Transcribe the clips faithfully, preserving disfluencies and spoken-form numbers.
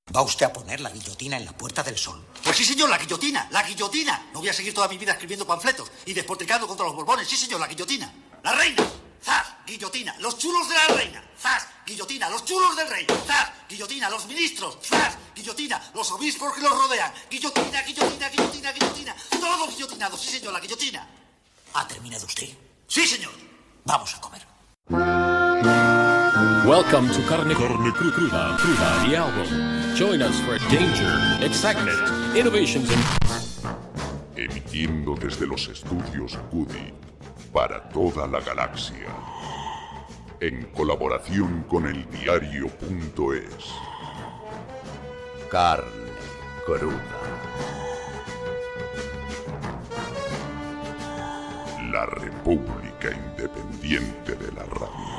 ¿Va usted a poner la guillotina en la Puerta del Sol? Pues sí, señor, la guillotina, la guillotina. No voy a seguir toda mi vida escribiendo panfletos y despotricando contra los borbones. Sí, señor, la guillotina. La reina. ¡Zas! Guillotina. Los chulos de la reina. ¡Zas! Guillotina. Los chulos del rey. ¡Zas! Guillotina. Los ministros. ¡Zas! Guillotina. Los obispos que los rodean. Guillotina, guillotina, guillotina, guillotina. Todos guillotinados. Sí, señor, la guillotina. ¿Ha terminado usted? Sí, señor. Vamos a comer. Welcome to Carne, Carne Cru- Cruda, Cruda, the album. Join us for danger, excitement, innovations and... Emitiendo desde los estudios Cudi para toda la galaxia. En colaboración con el diario punto es. Carne Cruda. La República Independiente de la Radio.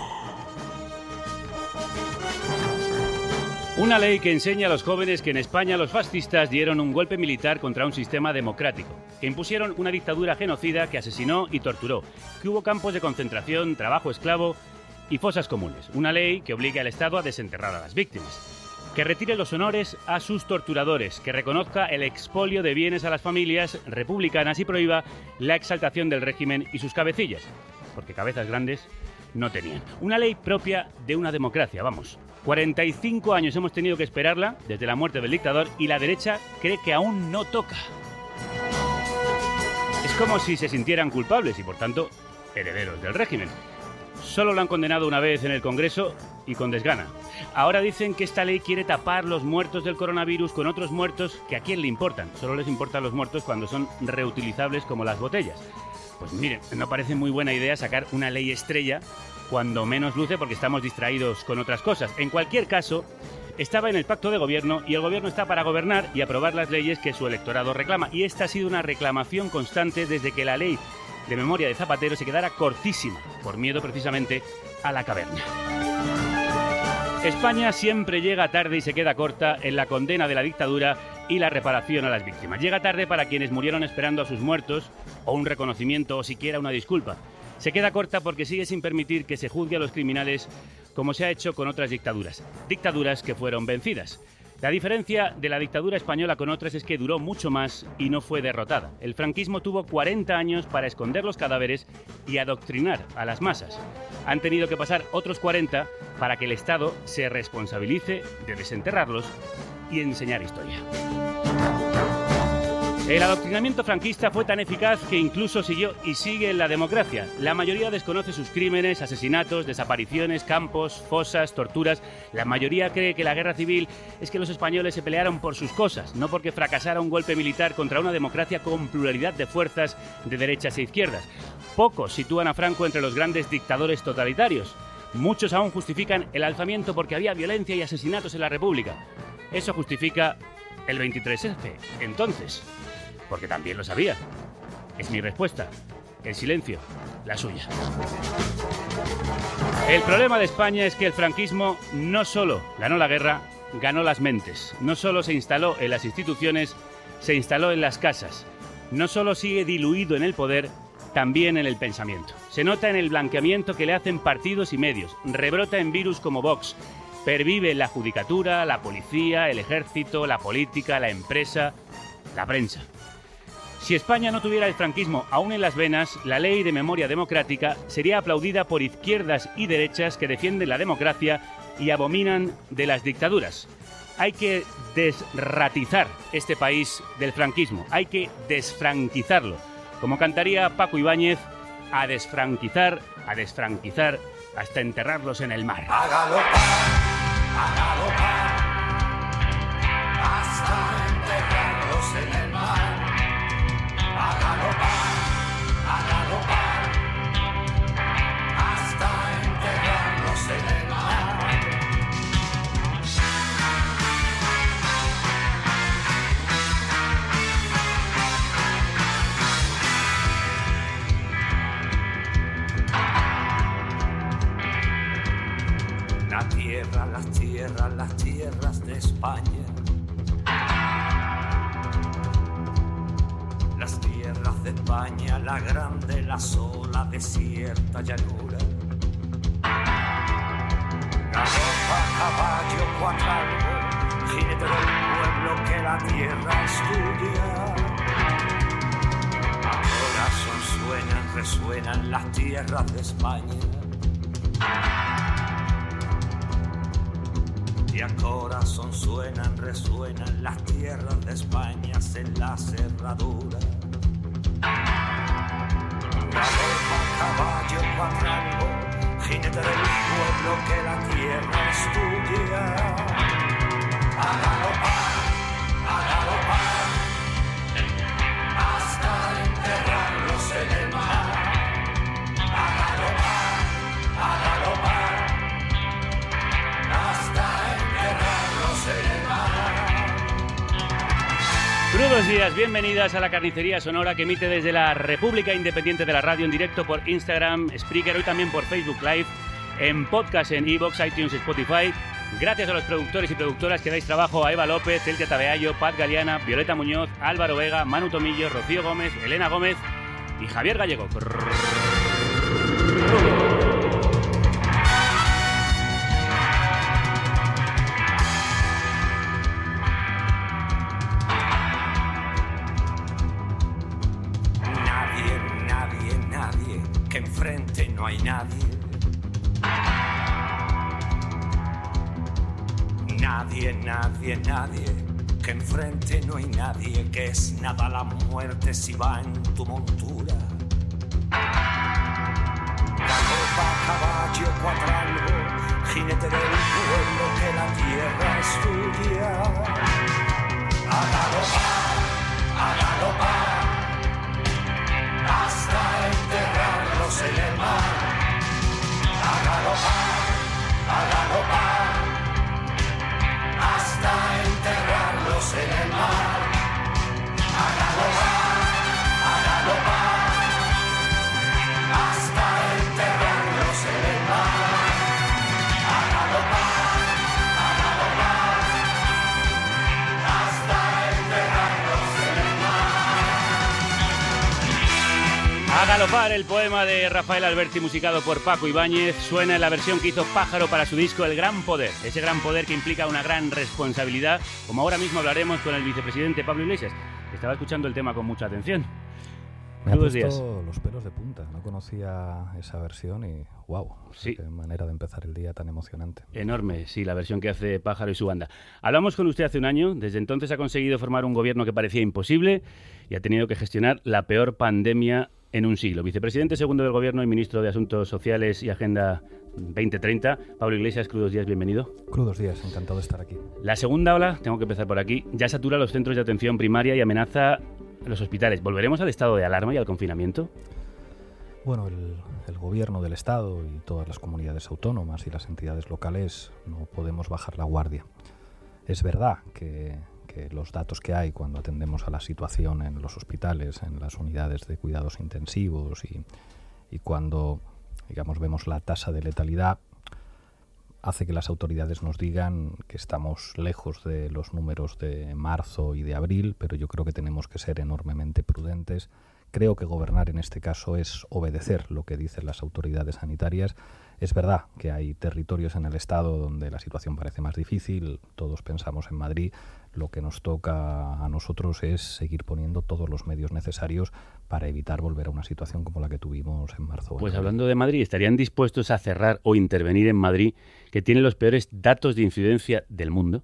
Una ley que enseña a los jóvenes que en España los fascistas dieron un golpe militar contra un sistema democrático, que impusieron una dictadura genocida que asesinó y torturó, que hubo campos de concentración, trabajo esclavo y fosas comunes. Una ley que obligue al Estado a desenterrar a las víctimas, que retire los honores a sus torturadores, que reconozca el expolio de bienes a las familias republicanas y prohíba la exaltación del régimen y sus cabecillas, porque cabezas grandes no tenían. Una ley propia de una democracia, vamos. cuarenta y cinco años hemos tenido que esperarla desde la muerte del dictador y la derecha cree que aún no toca. Es como si se sintieran culpables y, por tanto, herederos del régimen. Solo lo han condenado una vez en el Congreso y con desgana. Ahora dicen que esta ley quiere tapar los muertos del coronavirus con otros muertos que a quién le importan. Solo les importan los muertos cuando son reutilizables como las botellas. Pues miren, no parece muy buena idea sacar una ley estrella cuando menos luce porque estamos distraídos con otras cosas. En cualquier caso, estaba en el pacto de gobierno y el gobierno está para gobernar y aprobar las leyes que su electorado reclama. Y esta ha sido una reclamación constante desde que la ley de memoria de Zapatero se quedara cortísima, por miedo precisamente a la caverna. España siempre llega tarde y se queda corta en la condena de la dictadura y la reparación a las víctimas. Llega tarde para quienes murieron esperando a sus muertos, o un reconocimiento, o siquiera una disculpa. Se queda corta porque sigue sin permitir que se juzgue a los criminales como se ha hecho con otras dictaduras. Dictaduras que fueron vencidas. La diferencia de la dictadura española con otras es que duró mucho más y no fue derrotada. El franquismo tuvo cuarenta años para esconder los cadáveres y adoctrinar a las masas. Han tenido que pasar otros cuarenta para que el Estado se responsabilice de desenterrarlos y enseñar historia. El adoctrinamiento franquista fue tan eficaz que incluso siguió y sigue en la democracia. La mayoría desconoce sus crímenes, asesinatos, desapariciones, campos, fosas, torturas. La mayoría cree que la guerra civil es que los españoles se pelearon por sus cosas, no porque fracasara un golpe militar contra una democracia con pluralidad de fuerzas de derechas e izquierdas. Pocos sitúan a Franco entre los grandes dictadores totalitarios. Muchos aún justifican el alzamiento porque había violencia y asesinatos en la República. Eso justifica el veintitrés efe, entonces, porque también lo sabía. Es mi respuesta. El silencio, la suya. El problema de España es que el franquismo no solo ganó la guerra, ganó las mentes. No solo se instaló en las instituciones, se instaló en las casas. No solo sigue diluido en el poder, también en el pensamiento. Se nota en el blanqueamiento que le hacen partidos y medios. Rebrota en virus como Vox. Pervive en la judicatura, la policía, el ejército, la política, la empresa, la prensa. Si España no tuviera el franquismo aún en las venas, la ley de memoria democrática sería aplaudida por izquierdas y derechas que defienden la democracia y abominan de las dictaduras. Hay que desratizar este país del franquismo, hay que desfranquizarlo. Como cantaría Paco Ibáñez, a desfranquizar, a desfranquizar, hasta enterrarlos en el mar. A galopar, a galopar, hasta enterrarlos en el mar. A galopar, a galopar, hasta enterrarlos en el mar. La tierra, las tierras, las tierras de España. Las tierras de España, la grande, la sola, desierta llanura. Galopa, caballo, cuatralgo, jinete del pueblo que la tierra es tuya. A corazón suenan, resuenan las tierras de España. Y a corazón suenan, resuenan las tierras de España en la cerradura. Galopa, caballo, cuatrango, jinete del pueblo que la tierra es tuya. A galopar, a galopar, hasta enterrarlos en el mar. A galopar, a galopar, hasta enterrarlos en el mar. Crudos días, bienvenidas a la Carnicería Sonora que emite desde la República Independiente de la Radio en directo por Instagram, Spreaker, hoy también por Facebook Live, en podcast en iVoox, iTunes, Spotify. Gracias a los productores y productoras que dais trabajo a Eva López, Eltia Tabeayo, Pat Galeana, Violeta Muñoz, Álvaro Vega, Manu Tomillo, Rocío Gómez, Elena Gómez y Javier Gallego. Nadie, nadie, nadie, que enfrente no hay nadie. Nadie, nadie, nadie, que enfrente no hay nadie, que es nada la muerte si va en tu montura. Galopa, caballo, cuatrango, jinete del pueblo que la tierra es tuya. A galopar, a galopar, hasta enterrarlos en el mar. A galopar, a galopar, hasta enterrarlos en el mar. A galopar, a galopar, hasta enterrarlos en el mar. A galopar, a galopar, hasta enterrarlos en el mar. A galopar, el poema de Rafael Alberti musicado por Paco Ibáñez, suena en la versión que hizo Pájaro para su disco El Gran Poder. Ese gran poder que implica una gran responsabilidad, como ahora mismo hablaremos con el vicepresidente Pablo Iglesias, que estaba escuchando el tema con mucha atención. Me ha Buenos puesto días. los pelos de punta, no conocía esa versión y wow, Sí. qué manera de empezar el día tan emocionante. Enorme, sí, la versión que hace Pájaro y su banda. Hablamos con usted hace un año, desde entonces ha conseguido formar un gobierno que parecía imposible y ha tenido que gestionar la peor pandemia en un siglo. Vicepresidente segundo del Gobierno y ministro de Asuntos Sociales y Agenda veinte treinta, Pablo Iglesias, crudos días, bienvenido. Crudos días, encantado de estar aquí. La segunda ola, tengo que empezar por aquí, ya satura los centros de atención primaria y amenaza los hospitales. ¿Volveremos al estado de alarma y al confinamiento? Bueno, el, el gobierno del Estado y todas las comunidades autónomas y las entidades locales no podemos bajar la guardia. Es verdad que, que los datos que hay cuando atendemos a la situación en los hospitales, en las unidades de cuidados intensivos y, y cuando, digamos, vemos la tasa de letalidad, hace que las autoridades nos digan que estamos lejos de los números de marzo y de abril, pero yo creo que tenemos que ser enormemente prudentes. Creo que gobernar en este caso es obedecer lo que dicen las autoridades sanitarias. Es verdad que hay territorios en el Estado donde la situación parece más difícil, todos pensamos en Madrid. Lo que nos toca a nosotros es seguir poniendo todos los medios necesarios para evitar volver a una situación como la que tuvimos en marzo. Pues hablando de Madrid, ¿estarían dispuestos a cerrar o intervenir en Madrid, que tiene los peores datos de incidencia del mundo?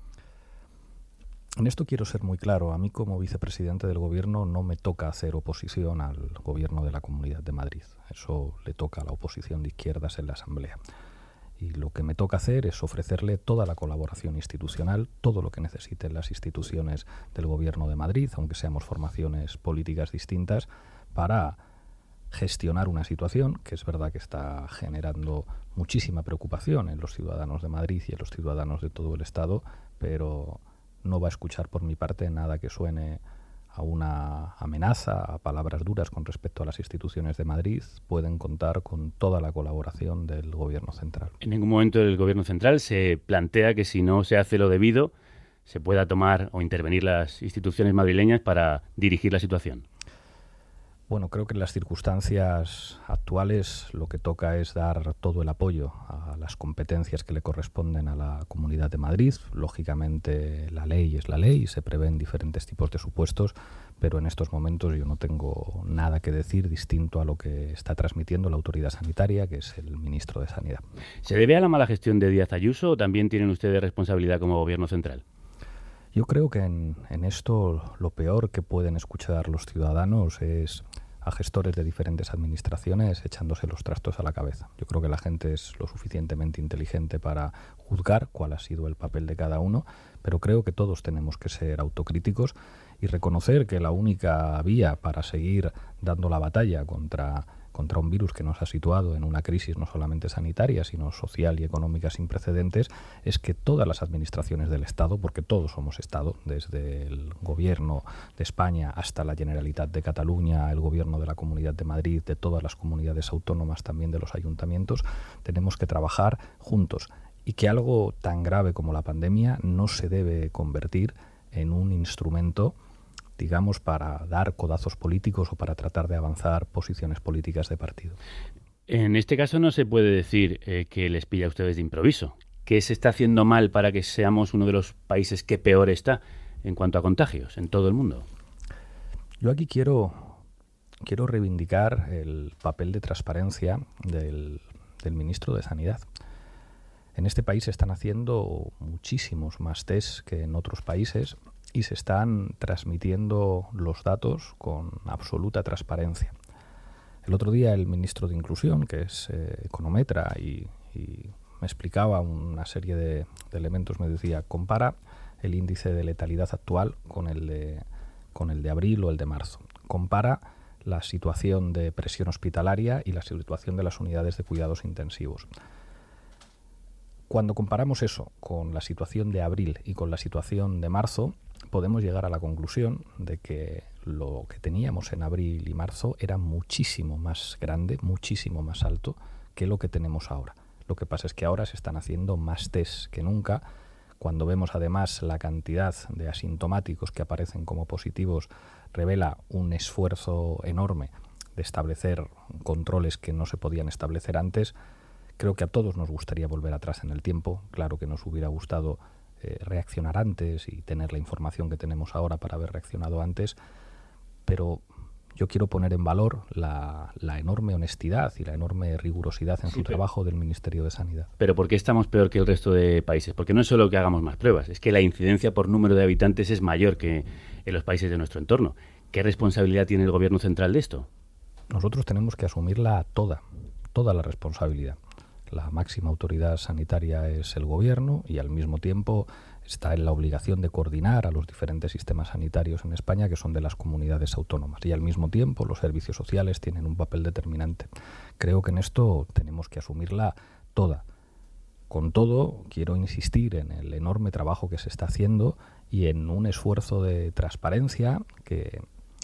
En esto quiero ser muy claro. A mí, como vicepresidente del Gobierno, no me toca hacer oposición al Gobierno de la Comunidad de Madrid. Eso le toca a la oposición de izquierdas en la Asamblea. Y lo que me toca hacer es ofrecerle toda la colaboración institucional, todo lo que necesiten las instituciones del Gobierno de Madrid, aunque seamos formaciones políticas distintas, para gestionar una situación que es verdad que está generando muchísima preocupación en los ciudadanos de Madrid y en los ciudadanos de todo el Estado, pero no va a escuchar por mi parte nada que suene a una amenaza, a palabras duras con respecto a las instituciones de Madrid. Pueden contar con toda la colaboración del Gobierno central. En ningún momento el Gobierno central se plantea que si no se hace lo debido, se pueda tomar o intervenir las instituciones madrileñas para dirigir la situación. Bueno, creo que en las circunstancias actuales lo que toca es dar todo el apoyo a a las competencias que le corresponden a la Comunidad de Madrid. Lógicamente la ley es la ley y se prevén diferentes tipos de supuestos, pero en estos momentos yo no tengo nada que decir distinto a lo que está transmitiendo la autoridad sanitaria, que es el ministro de Sanidad. ¿Se debe a la mala gestión de Díaz Ayuso o también tienen ustedes responsabilidad como gobierno central? Yo creo que en, en esto lo peor que pueden escuchar los ciudadanos es a gestores de diferentes administraciones echándose los trastos a la cabeza. Yo creo que la gente es lo suficientemente inteligente para juzgar cuál ha sido el papel de cada uno, pero creo que todos tenemos que ser autocríticos y reconocer que la única vía para seguir dando la batalla contra, contra un virus que nos ha situado en una crisis no solamente sanitaria, sino social y económica sin precedentes, es que todas las administraciones del Estado, porque todos somos Estado, desde el Gobierno de España hasta la Generalitat de Cataluña, el Gobierno de la Comunidad de Madrid, de todas las comunidades autónomas, también de los ayuntamientos, tenemos que trabajar juntos y que algo tan grave como la pandemia no se debe convertir en un instrumento, digamos, para dar codazos políticos o para tratar de avanzar posiciones políticas de partido. En este caso no se puede decir eh, que les pilla a ustedes de improviso. ¿Qué se está haciendo mal para que seamos uno de los países que peor está en cuanto a contagios en todo el mundo? Yo aquí quiero, quiero reivindicar el papel de transparencia del, del ministro de Sanidad. En este país se están haciendo muchísimos más test que en otros países y se están transmitiendo los datos con absoluta transparencia. El otro día el ministro de Inclusión, que es eh, econometra y, y me explicaba una serie de, de elementos, me decía, compara el índice de letalidad actual con el de, con el de abril o el de marzo. Compara la situación de presión hospitalaria y la situación de las unidades de cuidados intensivos. Cuando comparamos eso con la situación de abril y con la situación de marzo, podemos llegar a la conclusión de que lo que teníamos en abril y marzo era muchísimo más grande, muchísimo más alto que lo que tenemos ahora. Lo que pasa es que ahora se están haciendo más test que nunca. Cuando vemos además la cantidad de asintomáticos que aparecen como positivos, revela un esfuerzo enorme de establecer controles que no se podían establecer antes. Creo que a todos nos gustaría volver atrás en el tiempo. Claro que nos hubiera gustado eh, reaccionar antes y tener la información que tenemos ahora para haber reaccionado antes, pero yo quiero poner en valor la, la enorme honestidad y la enorme rigurosidad en sí, su pero, trabajo del Ministerio de Sanidad. Pero ¿por qué estamos peor que el resto de países? Porque no es solo que hagamos más pruebas, es que la incidencia por número de habitantes es mayor que en los países de nuestro entorno. ¿Qué responsabilidad tiene el Gobierno central de esto? Nosotros tenemos que asumirla toda, toda la responsabilidad. La máxima autoridad sanitaria es el Gobierno y al mismo tiempo está en la obligación de coordinar a los diferentes sistemas sanitarios en España que son de las comunidades autónomas y al mismo tiempo los servicios sociales tienen un papel determinante. Creo que en esto tenemos que asumirla toda. Con todo, quiero insistir en el enorme trabajo que se está haciendo y en un esfuerzo de transparencia que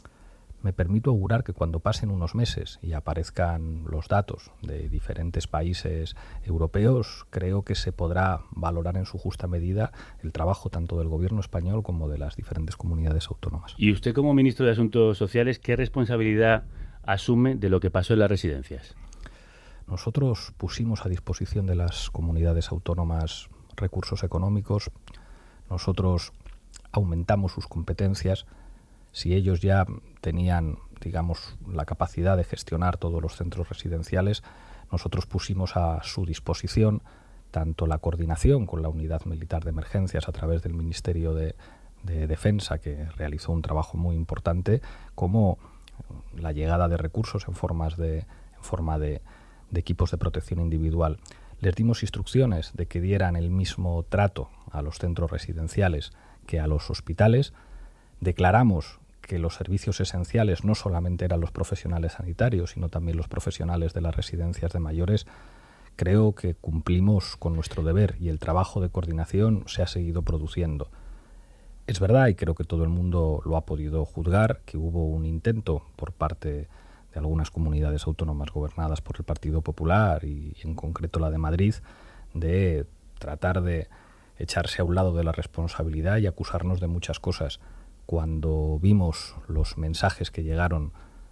me permito augurar que cuando pasen unos meses y aparezcan los datos de diferentes países europeos, creo que se podrá valorar en su justa medida el trabajo tanto del Gobierno español como de las diferentes comunidades autónomas. Y usted, como ministro de Asuntos Sociales, ¿qué responsabilidad asume de lo que pasó en las residencias? Nosotros pusimos a disposición de las comunidades autónomas recursos económicos, nosotros aumentamos sus competencias. Si ellos ya tenían, digamos, la capacidad de gestionar todos los centros residenciales, nosotros pusimos a su disposición tanto la coordinación con la Unidad Militar de Emergencias a través del Ministerio de, de Defensa, que realizó un trabajo muy importante, como la llegada de recursos en, formas de, en forma de, de equipos de protección individual. Les dimos instrucciones de que dieran el mismo trato a los centros residenciales que a los hospitales. Declaramos que los servicios esenciales no solamente eran los profesionales sanitarios, sino también los profesionales de las residencias de mayores. Creo que cumplimos con nuestro deber y el trabajo de coordinación se ha seguido produciendo. Es verdad, y creo que todo el mundo lo ha podido juzgar, que hubo un intento por parte de algunas comunidades autónomas gobernadas por el Partido Popular y en concreto la de Madrid, de tratar de echarse a un lado de la responsabilidad y acusarnos de muchas cosas. Cuando vimos los mensajes que llegaron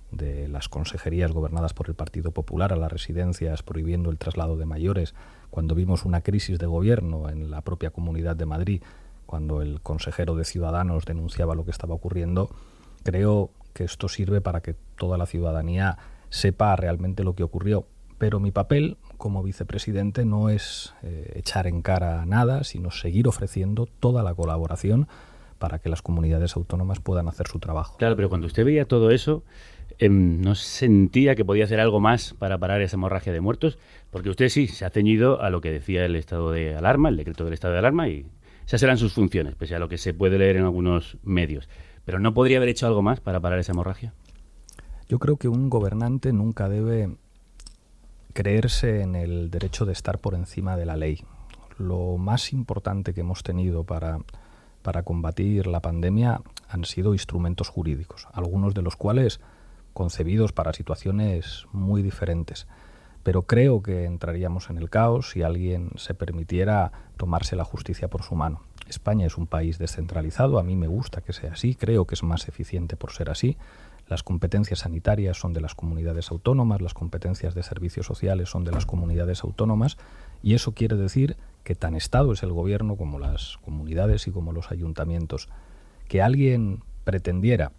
de las consejerías gobernadas por el Partido Popular a las residencias, prohibiendo el traslado de mayores, cuando vimos una crisis de gobierno en la propia Comunidad de Madrid, cuando el consejero de Ciudadanos denunciaba lo que estaba ocurriendo, creo que esto sirve para que toda la ciudadanía sepa realmente lo que ocurrió. Pero mi papel como vicepresidente no es eh, echar en cara nada, sino seguir ofreciendo toda la colaboración para que las comunidades autónomas puedan hacer su trabajo. Claro, pero cuando usted veía todo eso, eh, ¿no sentía que podía hacer algo más para parar esa hemorragia de muertos? Porque usted sí se ha ceñido a lo que decía el estado de alarma, el decreto del estado de alarma, y esas eran sus funciones, pese a lo que se puede leer en algunos medios. ¿Pero no podría haber hecho algo más para parar esa hemorragia? Yo creo que un gobernante nunca debe creerse en el derecho de estar por encima de la ley. Lo más importante que hemos tenido para, para combatir la pandemia han sido instrumentos jurídicos, algunos de los cuales concebidos para situaciones muy diferentes. Pero creo que entraríamos en el caos si alguien se permitiera tomarse la justicia por su mano. España es un país descentralizado, a mí me gusta que sea así, creo que es más eficiente por ser así. Las competencias sanitarias son de las comunidades autónomas, las competencias de servicios sociales son de las comunidades autónomas, y eso quiere decir que tan Estado es el gobierno como las comunidades y como los ayuntamientos. Que alguien pretendiera,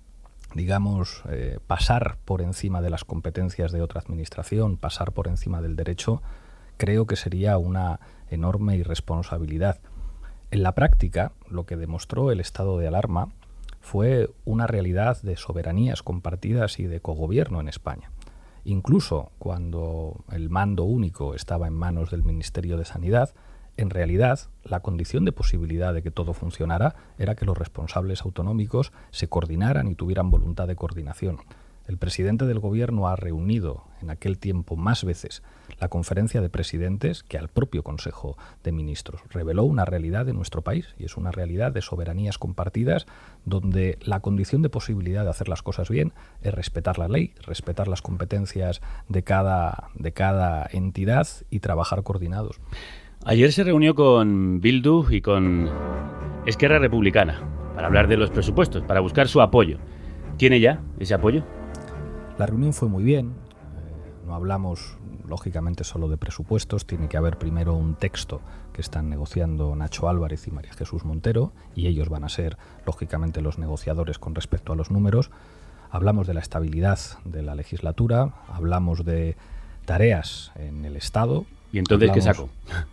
digamos, eh, pasar por encima de las competencias de otra administración, pasar por encima del derecho, creo que sería una enorme irresponsabilidad. En la práctica, lo que demostró el estado de alarma fue una realidad de soberanías compartidas y de cogobierno en España. Incluso cuando el mando único estaba en manos del Ministerio de Sanidad, en realidad la condición de posibilidad de que todo funcionara era que los responsables autonómicos se coordinaran y tuvieran voluntad de coordinación. El presidente del gobierno ha reunido en aquel tiempo más veces la conferencia de presidentes que al propio Consejo de Ministros. Reveló una realidad de nuestro país, y es una realidad de soberanías compartidas donde la condición de posibilidad de hacer las cosas bien es respetar la ley, respetar las competencias de cada, de cada entidad y trabajar coordinados. Ayer se reunió con Bildu y con Esquerra Republicana para hablar de los presupuestos, para buscar su apoyo. ¿Tiene ya ese apoyo? La reunión fue muy bien. Eh, no hablamos, lógicamente, solo de presupuestos. Tiene que haber primero un texto que están negociando Nacho Álvarez y María Jesús Montero, y ellos van a ser, lógicamente, los negociadores con respecto a los números. Hablamos de la estabilidad de la legislatura, hablamos de tareas en el Estado. ¿Y entonces hablamos... qué saco?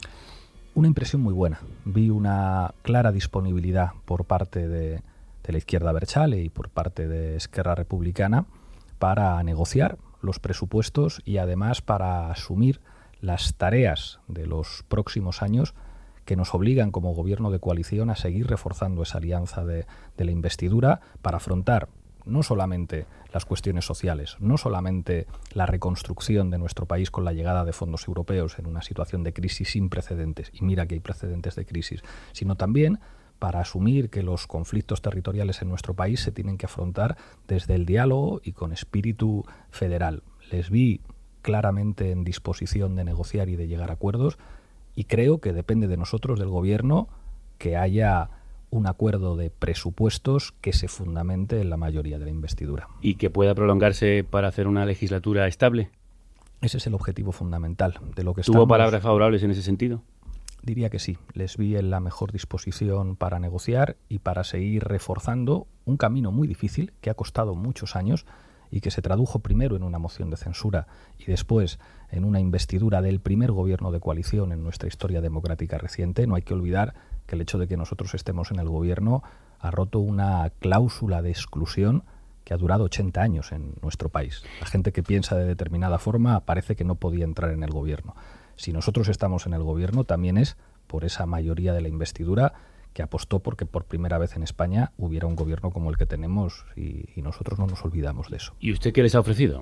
Una impresión muy buena. Vi una clara disponibilidad por parte de, de la izquierda abertzale y por parte de Esquerra Republicana para negociar los presupuestos y además para asumir las tareas de los próximos años que nos obligan como gobierno de coalición a seguir reforzando esa alianza de, de la investidura para afrontar no solamente las cuestiones sociales, no solamente la reconstrucción de nuestro país con la llegada de fondos europeos en una situación de crisis sin precedentes, y mira que hay precedentes de crisis, sino también para asumir que los conflictos territoriales en nuestro país se tienen que afrontar desde el diálogo y con espíritu federal. Les vi claramente en disposición de negociar y de llegar a acuerdos, y creo que depende de nosotros, del Gobierno, que haya un acuerdo de presupuestos que se fundamente en la mayoría de la investidura. ¿Y que pueda prolongarse para hacer una legislatura estable? Ese es el objetivo fundamental de lo que ¿Tuvo estamos... palabras favorables en ese sentido? Diría que sí. Les vi en la mejor disposición para negociar y para seguir reforzando un camino muy difícil que ha costado muchos años y que se tradujo primero en una moción de censura y después en una investidura del primer gobierno de coalición en nuestra historia democrática reciente. No hay que olvidar que el hecho de que nosotros estemos en el gobierno ha roto una cláusula de exclusión que ha durado ochenta años en nuestro país. La gente que piensa de determinada forma parece que no podía entrar en el gobierno. Si nosotros estamos en el gobierno, también es por esa mayoría de la investidura que apostó porque por primera vez en España hubiera un gobierno como el que tenemos, y, y nosotros no nos olvidamos de eso. ¿Y usted qué les ha ofrecido?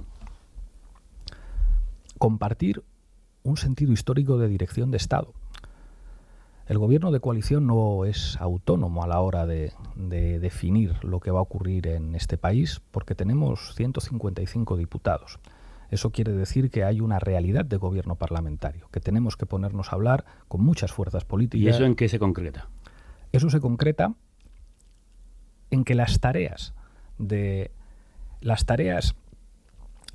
Compartir un sentido histórico de dirección de Estado. El gobierno de coalición no es autónomo a la hora de, de definir lo que va a ocurrir en este país, porque tenemos ciento cincuenta y cinco diputados. Eso quiere decir que hay una realidad de gobierno parlamentario, que tenemos que ponernos a hablar con muchas fuerzas políticas. ¿Y eso en qué se concreta? Eso se concreta en que las tareas de las tareas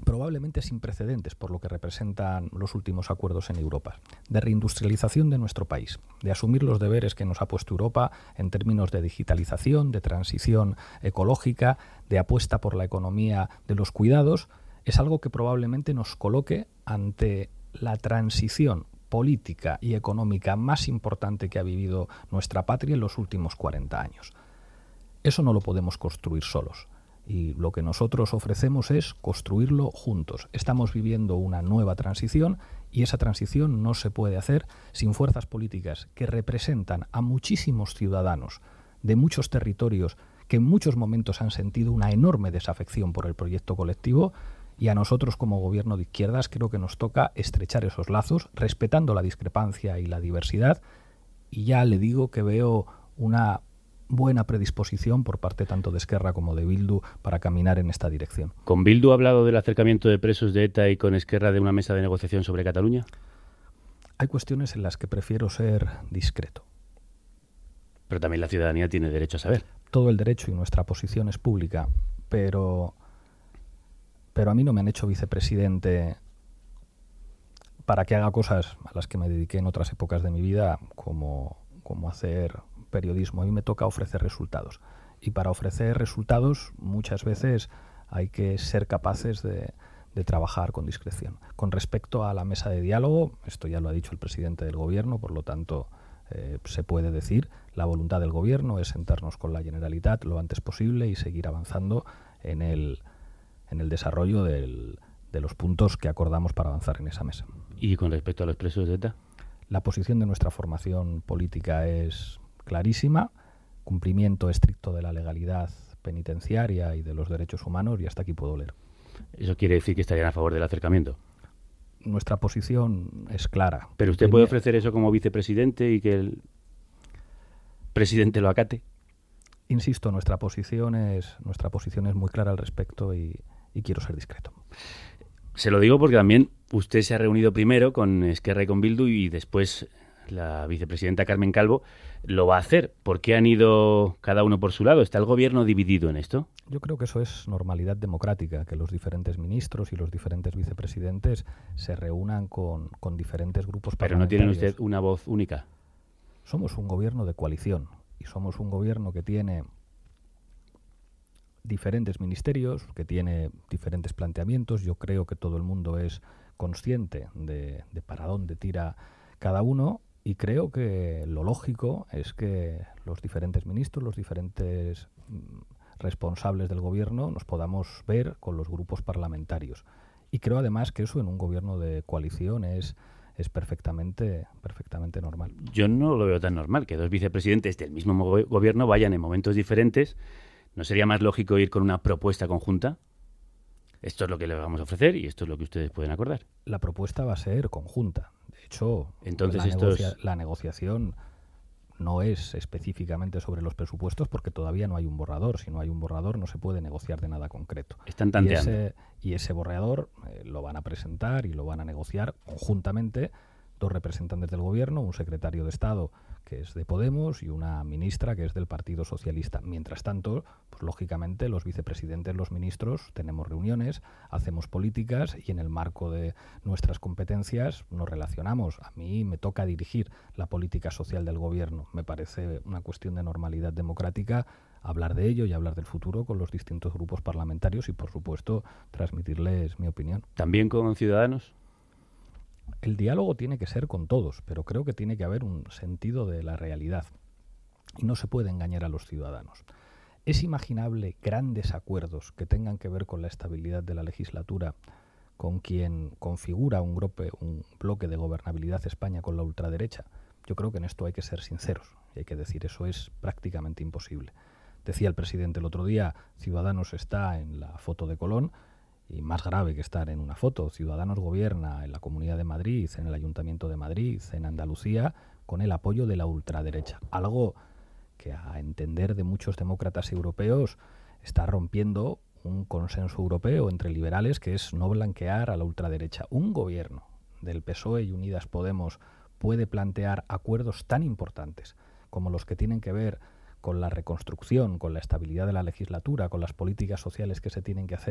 probablemente sin precedentes por lo que representan los últimos acuerdos en Europa, de reindustrialización de nuestro país, de asumir los deberes que nos ha puesto Europa en términos de digitalización, de transición ecológica, de apuesta por la economía de los cuidados, es algo que probablemente nos coloque ante la transición política y económica más importante que ha vivido nuestra patria en los últimos cuarenta años. Eso no lo podemos construir solos. Y lo que nosotros ofrecemos es construirlo juntos. Estamos viviendo una nueva transición y esa transición no se puede hacer sin fuerzas políticas que representan a muchísimos ciudadanos de muchos territorios que en muchos momentos han sentido una enorme desafección por el proyecto colectivo, y a nosotros como gobierno de izquierdas creo que nos toca estrechar esos lazos, respetando la discrepancia y la diversidad, y ya le digo que veo una buena predisposición por parte tanto de Esquerra como de Bildu para caminar en esta dirección. ¿Con Bildu ha hablado del acercamiento de presos de ETA y con Esquerra de una mesa de negociación sobre Cataluña? Hay cuestiones en las que prefiero ser discreto. Pero también la ciudadanía tiene derecho a saber. Todo el derecho, y nuestra posición es pública, pero, pero a mí no me han hecho vicepresidente para que haga cosas a las que me dediqué en otras épocas de mi vida, como, como hacer periodismo. A mí me toca ofrecer resultados, y para ofrecer resultados muchas veces hay que ser capaces de, de trabajar con discreción. Con respecto a la mesa de diálogo, esto ya lo ha dicho el presidente del gobierno, por lo tanto eh, se puede decir, la voluntad del gobierno es sentarnos con la Generalitat lo antes posible y seguir avanzando en el, en el desarrollo del, de los puntos que acordamos para avanzar en esa mesa. ¿Y con respecto a los presos de ETA? La posición de nuestra formación política es clarísima: cumplimiento estricto de la legalidad penitenciaria y de los derechos humanos, y hasta aquí puedo leer. ¿Eso quiere decir que estarían a favor del acercamiento? Nuestra posición es clara. ¿Pero usted puede ofrecer eso como vicepresidente y que el presidente lo acate? Insisto, nuestra posición es, nuestra posición es muy clara al respecto, y, y quiero ser discreto. Se lo digo porque también usted se ha reunido primero con Esquerra y con Bildu, y después la vicepresidenta Carmen Calvo lo va a hacer. ¿Por qué han ido cada uno por su lado? ¿Está el gobierno dividido en esto? Yo creo que eso es normalidad democrática, que los diferentes ministros y los diferentes vicepresidentes se reúnan con, con diferentes grupos parlamentarios. ¿Pero no tienen usted una voz única? Somos un gobierno de coalición, y somos un gobierno que tiene diferentes ministerios, que tiene diferentes planteamientos. Yo creo que todo el mundo es consciente de, de para dónde tira cada uno, y creo que lo lógico es que los diferentes ministros, los diferentes responsables del gobierno nos podamos ver con los grupos parlamentarios. Y creo además que eso en un gobierno de coalición es, es perfectamente, perfectamente normal. Yo no lo veo tan normal, que dos vicepresidentes del mismo go- gobierno vayan en momentos diferentes. ¿No sería más lógico ir con una propuesta conjunta? Esto es lo que le vamos a ofrecer y esto es lo que ustedes pueden acordar. La propuesta va a ser conjunta. De hecho, Entonces, la, estos... negocia- la negociación no es específicamente sobre los presupuestos, porque todavía no hay un borrador. Si no hay un borrador no se puede negociar de nada concreto. Están tanteando. Y ese, y ese borrador eh, lo van a presentar y lo van a negociar conjuntamente dos representantes del gobierno, un secretario de Estado que es de Podemos y una ministra que es del Partido Socialista. Mientras tanto, pues lógicamente los vicepresidentes, los ministros, tenemos reuniones, hacemos políticas y en el marco de nuestras competencias nos relacionamos. A mí me toca dirigir la política social del gobierno. Me parece una cuestión de normalidad democrática hablar de ello y hablar del futuro con los distintos grupos parlamentarios y, por supuesto, transmitirles mi opinión. ¿También con Ciudadanos? El diálogo tiene que ser con todos, pero creo que tiene que haber un sentido de la realidad y no se puede engañar a los ciudadanos. ¿Es imaginable grandes acuerdos que tengan que ver con la estabilidad de la legislatura con quien configura un, grupo, un bloque de gobernabilidad España con la ultraderecha? Yo creo que en esto hay que ser sinceros y hay que decir eso es prácticamente imposible. Decía el presidente el otro día, Ciudadanos está en la foto de Colón. Y más grave que estar en una foto, Ciudadanos gobierna en la Comunidad de Madrid, en el Ayuntamiento de Madrid, en Andalucía, con el apoyo de la ultraderecha. Algo que, a entender de muchos demócratas europeos, está rompiendo un consenso europeo entre liberales, que es no blanquear a la ultraderecha. Un gobierno del P S O E y Unidas Podemos puede plantear acuerdos tan importantes como los que tienen que ver con la reconstrucción, con la estabilidad de la legislatura, con las políticas sociales que se tienen que hacer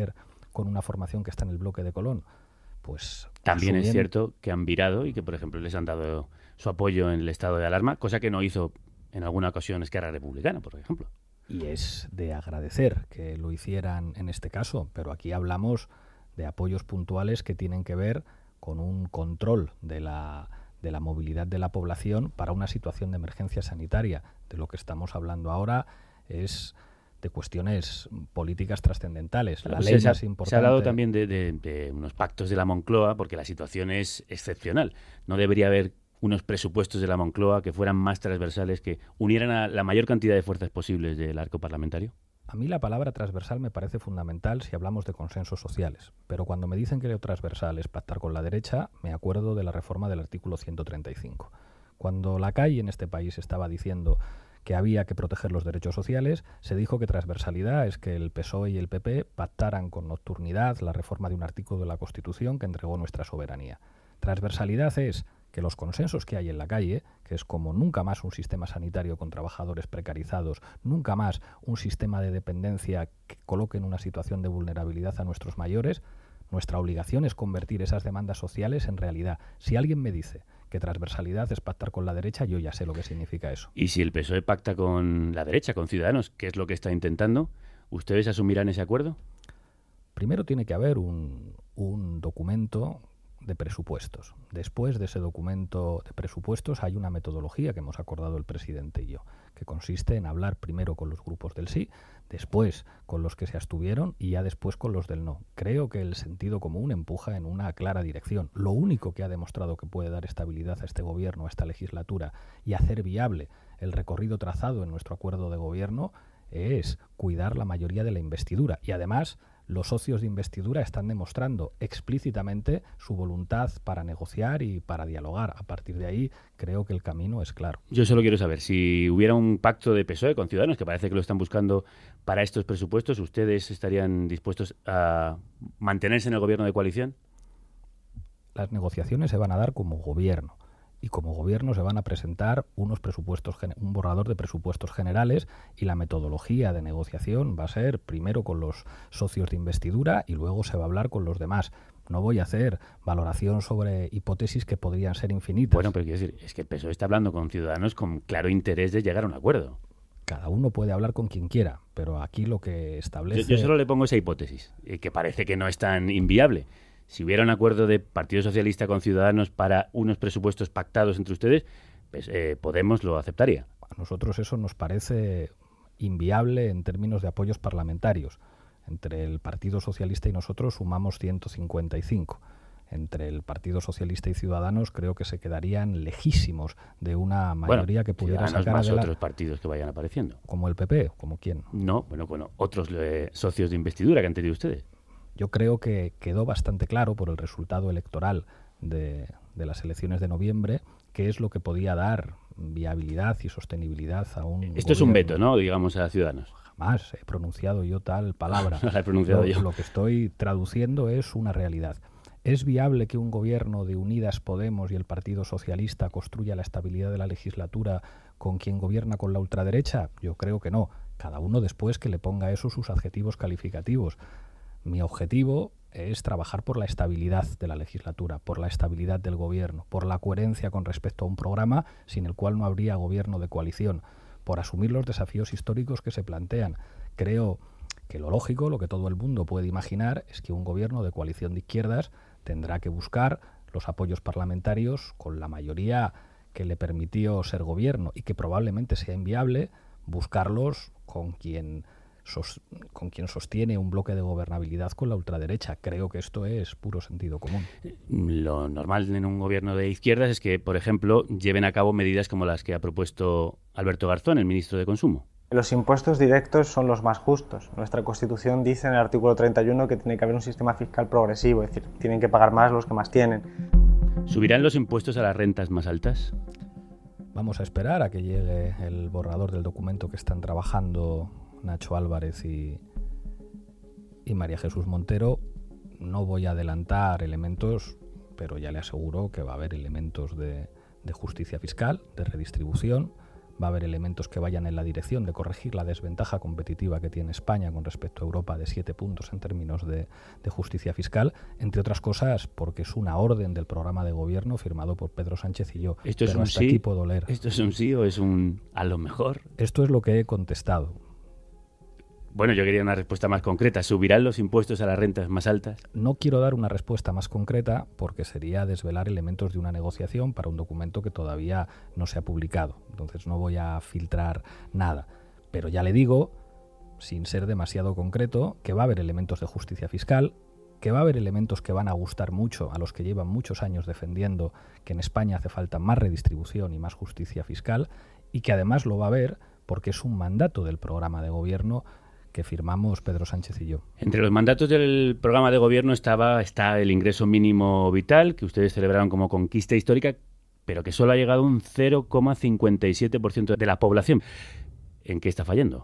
con una formación que está en el bloque de Colón, pues... También asumiendo... es cierto que han virado y que, por ejemplo, les han dado su apoyo en el estado de alarma, cosa que no hizo en alguna ocasión Esquerra Republicana, por ejemplo. Y es de agradecer que lo hicieran en este caso, pero aquí hablamos de apoyos puntuales que tienen que ver con un control de la, de la movilidad de la población para una situación de emergencia sanitaria. De lo que estamos hablando ahora es de cuestiones políticas trascendentales. Claro, la ley se, más ha, importante... se ha hablado también de, de, de unos pactos de la Moncloa, porque la situación es excepcional. No debería haber unos presupuestos de la Moncloa que fueran más transversales, que unieran a la mayor cantidad de fuerzas posibles del arco parlamentario. A mí la palabra transversal me parece fundamental si hablamos de consensos sociales, pero cuando me dicen que lo transversal es pactar con la derecha, me acuerdo de la reforma del artículo ciento treinta y cinco. Cuando la calle en este país estaba diciendo que había que proteger los derechos sociales, se dijo que transversalidad es que el P S O E y el P P pactaran con nocturnidad la reforma de un artículo de la Constitución que entregó nuestra soberanía. Transversalidad es que los consensos que hay en la calle, que es como nunca más un sistema sanitario con trabajadores precarizados, nunca más un sistema de dependencia que coloque en una situación de vulnerabilidad a nuestros mayores, nuestra obligación es convertir esas demandas sociales en realidad. Si alguien me dice que transversalidad es pactar con la derecha, yo ya sé lo que significa eso. Y si el P S O E pacta con la derecha, con Ciudadanos, que es lo que está intentando, ¿ustedes asumirán ese acuerdo? Primero tiene que haber un, un documento de presupuestos. Después de ese documento de presupuestos hay una metodología que hemos acordado el presidente y yo, que consiste en hablar primero con los grupos del sí, después con los que se abstuvieron y ya después con los del no. Creo que el sentido común empuja en una clara dirección. Lo único que ha demostrado que puede dar estabilidad a este gobierno, a esta legislatura y hacer viable el recorrido trazado en nuestro acuerdo de gobierno es cuidar la mayoría de la investidura. Y además, los socios de investidura están demostrando explícitamente su voluntad para negociar y para dialogar. A partir de ahí, creo que el camino es claro. Yo solo quiero saber, si hubiera un pacto de P S O E con Ciudadanos, que parece que lo están buscando para estos presupuestos, ¿ustedes estarían dispuestos a mantenerse en el gobierno de coalición? Las negociaciones se van a dar como gobierno. Y como gobierno se van a presentar unos presupuestos, un borrador de presupuestos generales y la metodología de negociación va a ser primero con los socios de investidura y luego se va a hablar con los demás. No voy a hacer valoración sobre hipótesis que podrían ser infinitas. Bueno, pero quiero decir, es que el P S O E está hablando con Ciudadanos con claro interés de llegar a un acuerdo. Cada uno puede hablar con quien quiera, pero aquí lo que establece... Yo, yo solo le pongo esa hipótesis, eh, que parece que no es tan inviable. Si hubiera un acuerdo de Partido Socialista con Ciudadanos para unos presupuestos pactados entre ustedes, pues eh, Podemos lo aceptaría. A nosotros eso nos parece inviable en términos de apoyos parlamentarios. Entre el Partido Socialista y nosotros sumamos ciento cincuenta y cinco. Entre el Partido Socialista y Ciudadanos creo que se quedarían lejísimos de una mayoría bueno, que pudiera Ciudadanos sacar más adelante. Otros partidos que vayan apareciendo. ¿Como el P P? ¿Como quién? No, bueno, bueno, otros eh, socios de investidura que han tenido ustedes. Yo creo que quedó bastante claro por el resultado electoral de, de las elecciones de noviembre qué es lo que podía dar viabilidad y sostenibilidad a un Esto gobierno. Es un veto, ¿no? Digamos, a Ciudadanos. Jamás he pronunciado yo tal palabra. No la he pronunciado lo, yo. Lo que estoy traduciendo es una realidad. ¿Es viable que un gobierno de Unidas Podemos y el Partido Socialista construya la estabilidad de la legislatura con quien gobierna con la ultraderecha? Yo creo que no. Cada uno después que le ponga a eso sus adjetivos calificativos. Mi objetivo es trabajar por la estabilidad de la legislatura, por la estabilidad del gobierno, por la coherencia con respecto a un programa sin el cual no habría gobierno de coalición, por asumir los desafíos históricos que se plantean. Creo que lo lógico, lo que todo el mundo puede imaginar, es que un gobierno de coalición de izquierdas tendrá que buscar los apoyos parlamentarios con la mayoría que le permitió ser gobierno y que probablemente sea inviable buscarlos con quien... Sos, con quien sostiene un bloque de gobernabilidad con la ultraderecha. Creo que esto es puro sentido común. Lo normal en un gobierno de izquierdas es que, por ejemplo, lleven a cabo medidas como las que ha propuesto Alberto Garzón, el ministro de Consumo. Los impuestos directos son los más justos. Nuestra Constitución dice en el artículo treinta y uno que tiene que haber un sistema fiscal progresivo, es decir, tienen que pagar más los que más tienen. ¿Subirán los impuestos a las rentas más altas? Vamos a esperar a que llegue el borrador del documento que están trabajando Nacho Álvarez y, y María Jesús Montero. No voy a adelantar elementos, pero ya le aseguro que va a haber elementos de, de justicia fiscal, de redistribución. va a haber elementos que vayan en la dirección de corregir la desventaja competitiva que tiene España con respecto a Europa de siete puntos en términos de, de justicia fiscal, entre otras cosas porque es una orden del programa de gobierno firmado por Pedro Sánchez y yo. ¿Esto es Pero un hasta sí? aquí puedo leer. ¿Esto es un sí o es un a lo mejor? Esto es lo que he contestado. Bueno, yo quería una respuesta más concreta. ¿Subirán los impuestos a las rentas más altas? No quiero dar una respuesta más concreta porque sería desvelar elementos de una negociación para un documento que todavía no se ha publicado. Entonces no voy a filtrar nada. Pero ya le digo, sin ser demasiado concreto, que va a haber elementos de justicia fiscal, que va a haber elementos que van a gustar mucho a los que llevan muchos años defendiendo que en España hace falta más redistribución y más justicia fiscal, y que además lo va a haber porque es un mandato del programa de gobierno que firmamos Pedro Sánchez y yo. Entre los mandatos del programa de gobierno estaba está el ingreso mínimo vital, que ustedes celebraron como conquista histórica, pero que solo ha llegado a un cero coma cincuenta y siete por ciento de la población. ¿En qué está fallando?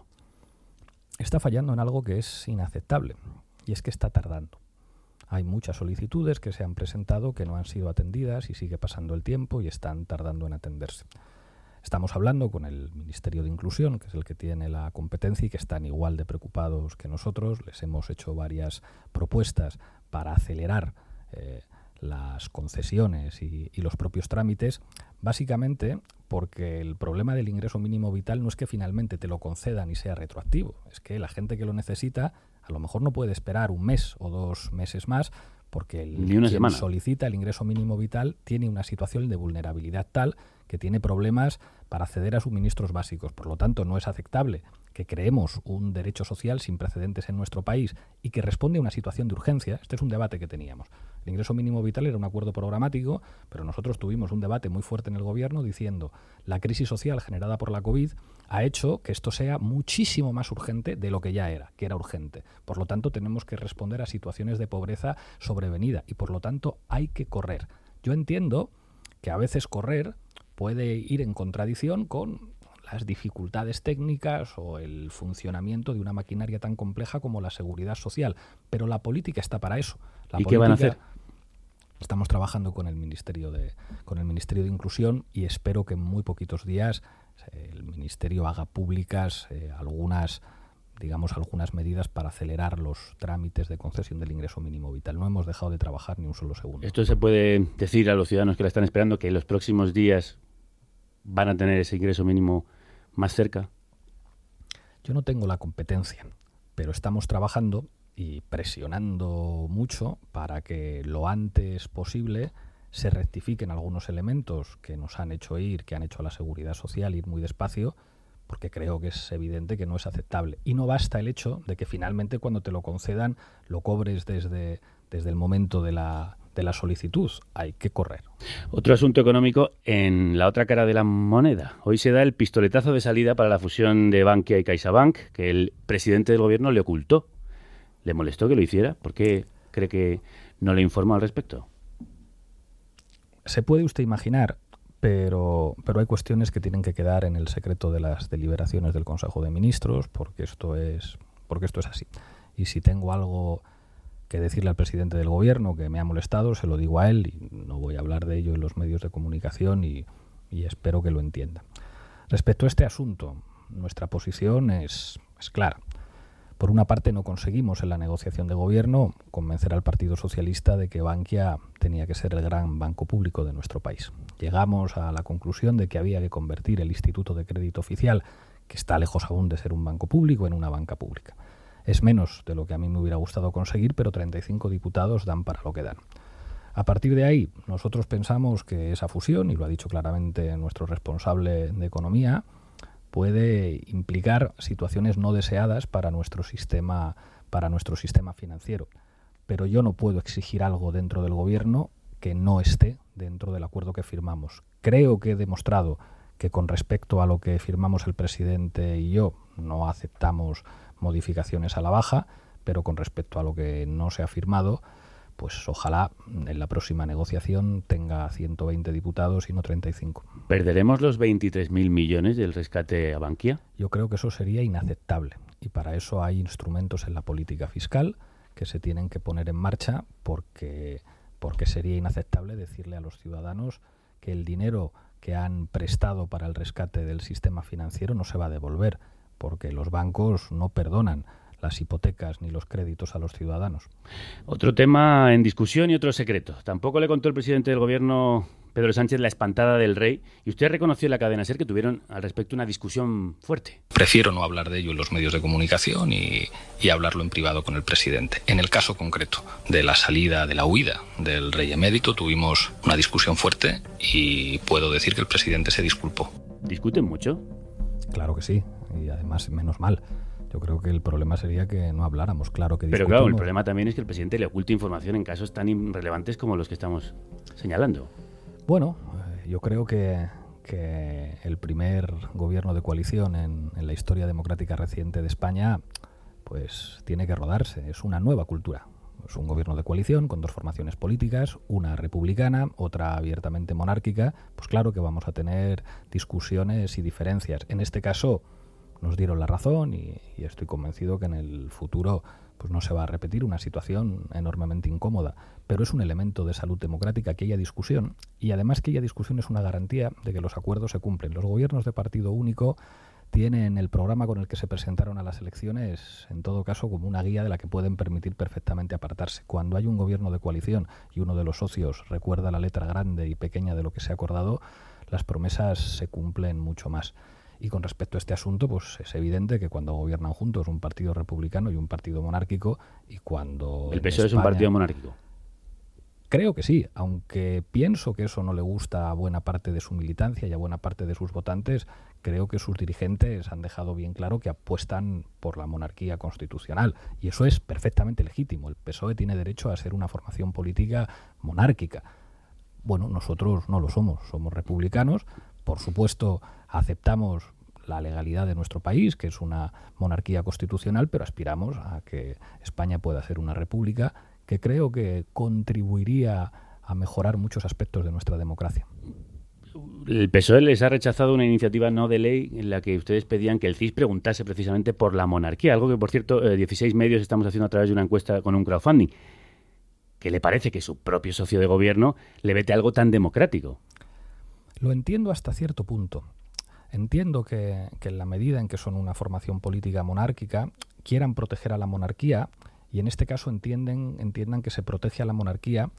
Está fallando en algo que es inaceptable, y es que está tardando. Hay muchas solicitudes que se han presentado que no han sido atendidas y sigue pasando el tiempo y están tardando en atenderse. Estamos hablando con el Ministerio de Inclusión, que es el que tiene la competencia y que están igual de preocupados que nosotros. Les hemos hecho varias propuestas para acelerar eh, las concesiones y, y los propios trámites, básicamente porque el problema del ingreso mínimo vital no es que finalmente te lo concedan y sea retroactivo, es que la gente que lo necesita a lo mejor no puede esperar un mes o dos meses más, porque el Ni una quien semana. solicita el ingreso mínimo vital tiene una situación de vulnerabilidad tal que tiene problemas para acceder a suministros básicos. Por lo tanto, no es aceptable que creemos un derecho social sin precedentes en nuestro país y que responde a una situación de urgencia. Este es un debate que teníamos. El ingreso mínimo vital era un acuerdo programático, pero nosotros tuvimos un debate muy fuerte en el gobierno diciendo la crisis social generada por la COVID ha hecho que esto sea muchísimo más urgente de lo que ya era, que era urgente. Por lo tanto, tenemos que responder a situaciones de pobreza sobrevenida y por lo tanto hay que correr. Yo entiendo que a veces correr puede ir en contradicción con las dificultades técnicas o el funcionamiento de una maquinaria tan compleja como la seguridad social, pero la política está para eso. La ¿Y qué van a hacer? Estamos trabajando con el Ministerio de con el Ministerio de Inclusión y espero que en muy poquitos días eh, el Ministerio haga públicas eh, algunas digamos algunas medidas para acelerar los trámites de concesión del ingreso mínimo vital. No hemos dejado de trabajar ni un solo segundo. Esto se puede decir a los ciudadanos que la están esperando, que en los próximos días van a tener ese ingreso mínimo más cerca. Yo no tengo la competencia, pero estamos trabajando y presionando mucho para que lo antes posible se rectifiquen algunos elementos que nos han hecho ir, que han hecho a la seguridad social ir muy despacio, porque creo que es evidente que no es aceptable. Y no basta el hecho de que finalmente cuando te lo concedan lo cobres desde, desde el momento de la, de la solicitud. Hay que correr. Otro asunto económico en la otra cara de la moneda. Hoy se da el pistoletazo de salida para la fusión de Bankia y CaixaBank, que el presidente del gobierno le ocultó. ¿Le molestó que lo hiciera? ¿Por qué cree que no le informó al respecto? Se puede usted imaginar, pero, pero hay cuestiones que tienen que quedar en el secreto de las deliberaciones del Consejo de Ministros, porque esto es, porque esto es así. Y si tengo algo que decirle al presidente del gobierno que me ha molestado, se lo digo a él y no voy a hablar de ello en los medios de comunicación y, y espero que lo entienda. Respecto a este asunto, nuestra posición es, es clara. Por una parte, no conseguimos en la negociación de gobierno convencer al Partido Socialista de que Bankia tenía que ser el gran banco público de nuestro país. Llegamos a la conclusión de que había que convertir el Instituto de Crédito Oficial, que está lejos aún de ser un banco público, en una banca pública. Es menos de lo que a mí me hubiera gustado conseguir, pero treinta y cinco diputados dan para lo que dan. A partir de ahí, nosotros pensamos que esa fusión, y lo ha dicho claramente nuestro responsable de Economía, puede implicar situaciones no deseadas para nuestro sistema, para nuestro sistema financiero. Pero yo no puedo exigir algo dentro del gobierno que no esté dentro del acuerdo que firmamos. Creo que he demostrado que con respecto a lo que firmamos el presidente y yo no aceptamos modificaciones a la baja, pero con respecto a lo que no se ha firmado, pues ojalá en la próxima negociación tenga ciento veinte diputados y no treinta y cinco. ¿Perderemos los veintitrés mil millones del rescate a Bankia? Yo creo que eso sería inaceptable y para eso hay instrumentos en la política fiscal que se tienen que poner en marcha porque, porque sería inaceptable decirle a los ciudadanos que el dinero que han prestado para el rescate del sistema financiero no se va a devolver, porque los bancos no perdonan las hipotecas ni los créditos a los ciudadanos. Otro tema en discusión y otro secreto. Tampoco le contó el presidente del gobierno, Pedro Sánchez, la espantada del rey, y usted reconoció en la cadena SER que tuvieron al respecto una discusión fuerte. Prefiero no hablar de ello en los medios de comunicación y, y hablarlo en privado con el presidente. En el caso concreto de la salida, de la huida del rey emérito, tuvimos una discusión fuerte y puedo decir que el presidente se disculpó. ¿Discuten mucho? Claro que sí, y además menos mal. Yo creo que el problema sería que no habláramos, claro que Pero discutimos. claro, el problema también es que el presidente le oculte información en casos tan irrelevantes como los que estamos señalando. Bueno, yo creo que, que el primer gobierno de coalición en, en la historia democrática reciente de España pues tiene que rodarse, es una nueva cultura. Es un gobierno de coalición con dos formaciones políticas, una republicana, otra abiertamente monárquica. Pues claro que vamos a tener discusiones y diferencias. En este caso nos dieron la razón y, y estoy convencido que en el futuro pues no se va a repetir una situación enormemente incómoda, pero es un elemento de salud democrática que haya discusión, y además que haya discusión es una garantía de que los acuerdos se cumplen. Los gobiernos de partido único tienen el programa con el que se presentaron a las elecciones, en todo caso, como una guía de la que pueden permitir perfectamente apartarse. Cuando hay un gobierno de coalición y uno de los socios recuerda la letra grande y pequeña de lo que se ha acordado, las promesas se cumplen mucho más. Y con respecto a este asunto, pues es evidente que cuando gobiernan juntos un partido republicano y un partido monárquico, y cuando... ¿El P S O E es un partido monárquico? Creo que sí, aunque pienso que eso no le gusta a buena parte de su militancia y a buena parte de sus votantes. Creo que sus dirigentes han dejado bien claro que apuestan por la monarquía constitucional, y eso es perfectamente legítimo. El P S O E tiene derecho a ser una formación política monárquica. Bueno, nosotros no lo somos, somos republicanos. Por supuesto, aceptamos la legalidad de nuestro país, que es una monarquía constitucional, pero aspiramos a que España pueda ser una república, que creo que contribuiría a mejorar muchos aspectos de nuestra democracia. El P S O E les ha rechazado una iniciativa no de ley en la que ustedes pedían que el C I S preguntase precisamente por la monarquía, algo que, por cierto, eh, dieciséis medios estamos haciendo a través de una encuesta con un crowdfunding. ¿Qué le parece que su propio socio de gobierno le vete algo tan democrático? Lo entiendo hasta cierto punto. Entiendo que, que en la medida en que son una formación política monárquica, quieran proteger a la monarquía, y en este caso entienden, entiendan que se protege a la monarquía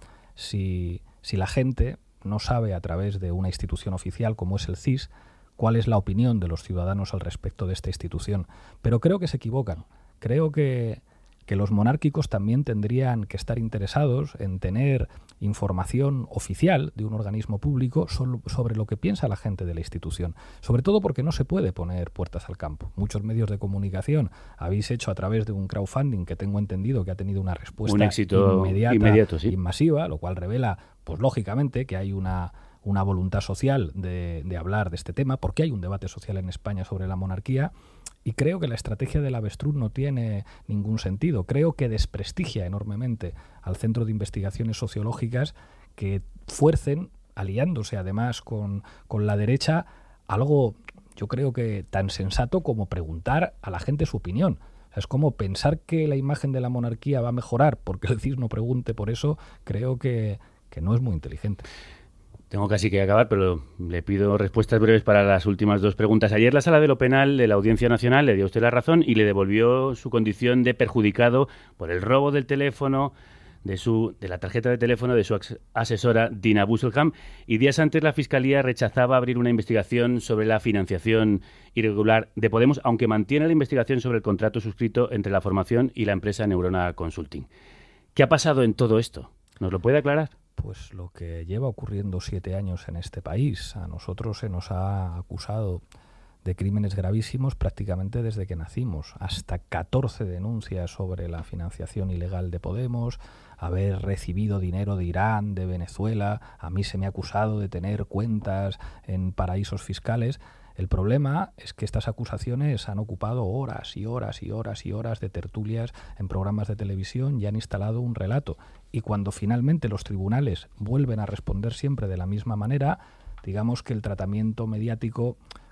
si, si la gente no sabe a través de una institución oficial como es el C I S cuál es la opinión de los ciudadanos al respecto de esta institución. Pero creo que se equivocan. Creo que, que los monárquicos también tendrían que estar interesados en tener información oficial de un organismo público sobre lo que piensa la gente de la institución, sobre todo porque no se puede poner puertas al campo. Muchos medios de comunicación habéis hecho a través de un crowdfunding que tengo entendido que ha tenido una respuesta un éxito inmediata inmediato, sí. y masiva, lo cual revela, pues lógicamente, que hay una, una voluntad social de, de hablar de este tema, porque hay un debate social en España sobre la monarquía. Y creo que la estrategia del avestruz no tiene ningún sentido. Creo que desprestigia enormemente al Centro de Investigaciones Sociológicas que fuercen, aliándose además con, con la derecha, algo, yo creo que tan sensato como preguntar a la gente su opinión. O sea, es como pensar que la imagen de la monarquía va a mejorar porque el C I S no pregunte por eso. Creo que, que no es muy inteligente. Tengo casi que acabar, pero le pido respuestas breves para las últimas dos preguntas. Ayer la Sala de lo Penal de la Audiencia Nacional le dio a usted la razón y le devolvió su condición de perjudicado por el robo del teléfono, de su de la tarjeta de teléfono de su asesora Dina Busselham, y días antes la Fiscalía rechazaba abrir una investigación sobre la financiación irregular de Podemos, aunque mantiene la investigación sobre el contrato suscrito entre la formación y la empresa Neurona Consulting. ¿Qué ha pasado en todo esto? ¿Nos lo puede aclarar? Pues lo que lleva ocurriendo siete años en este país. A nosotros se nos ha acusado de crímenes gravísimos prácticamente desde que nacimos. Hasta catorce denuncias sobre la financiación ilegal de Podemos, haber recibido dinero de Irán, de Venezuela. A mí se me ha acusado de tener cuentas en paraísos fiscales. El problema es que estas acusaciones han ocupado horas y horas y horas y horas de tertulias en programas de televisión y han instalado un relato. Y cuando finalmente los tribunales vuelven a responder siempre de la misma manera, digamos que el tratamiento mediático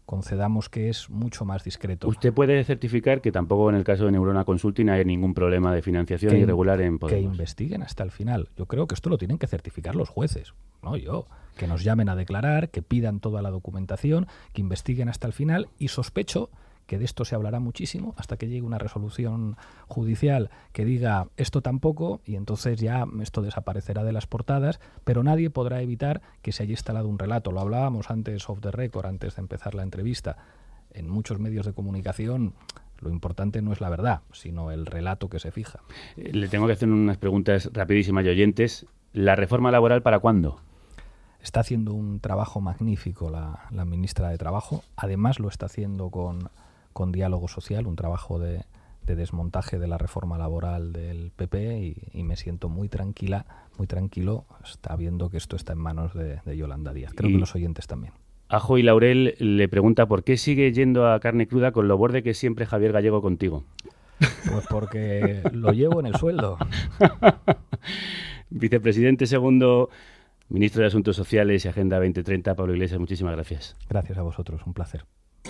concedamos que es mucho más discreto. Usted puede certificar que tampoco en el caso de Neurona Consulting hay ningún problema de financiación que, irregular en Podemos. Que investiguen hasta el final. Yo creo que esto lo tienen que certificar los jueces, no yo. Que nos llamen a declarar, que pidan toda la documentación, que investiguen hasta el final, y sospecho que de esto se hablará muchísimo hasta que llegue una resolución judicial que diga esto tampoco, y entonces ya esto desaparecerá de las portadas, pero nadie podrá evitar que se haya instalado un relato. Lo hablábamos antes off the record, antes de empezar la entrevista. En muchos medios de comunicación lo importante no es la verdad, sino el relato que se fija. Le tengo que hacer unas preguntas rapidísimas y oyentes. ¿La reforma laboral para cuándo? Está haciendo un trabajo magnífico la, la ministra de Trabajo. Además lo está haciendo con... con diálogo social, un trabajo de, de desmontaje de la reforma laboral del P P, y, y me siento muy tranquila, muy tranquilo, está viendo que esto está en manos de, de Yolanda Díaz. Creo y que los oyentes también. Ajo y Laurel le pregunta por qué sigue yendo a Carne Cruda con lo borde que es siempre Javier Gallego contigo. Pues porque lo llevo en el sueldo. Vicepresidente segundo, ministro de Asuntos Sociales y Agenda veinte treinta, Pablo Iglesias, muchísimas gracias. Gracias a vosotros, un placer.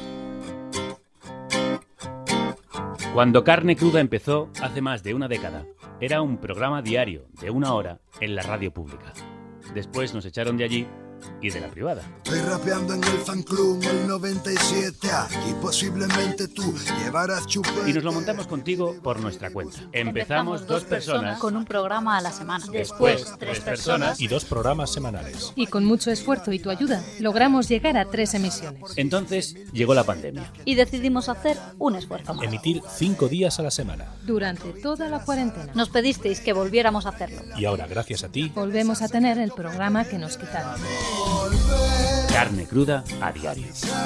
Cuando Carne Cruda empezó, hace más de una década, era un programa diario de una hora en la radio pública. Después nos echaron de allí y de la privada. Estoy rapeando en el fan club el noventa y siete, aquí posiblemente tú llevarás chupete. Y nos lo montamos contigo por nuestra cuenta. Empezamos, Empezamos dos personas con un programa a la semana. Después, Después tres personas y dos programas semanales. Y con mucho esfuerzo y tu ayuda, logramos llegar a tres emisiones. Entonces llegó la pandemia. Y decidimos hacer un esfuerzo más. Emitir cinco días a la semana. Durante toda la cuarentena. Nos pedisteis que volviéramos a hacerlo. Y ahora, gracias a ti, volvemos a tener el programa que nos quitaron. Carne Cruda a diario.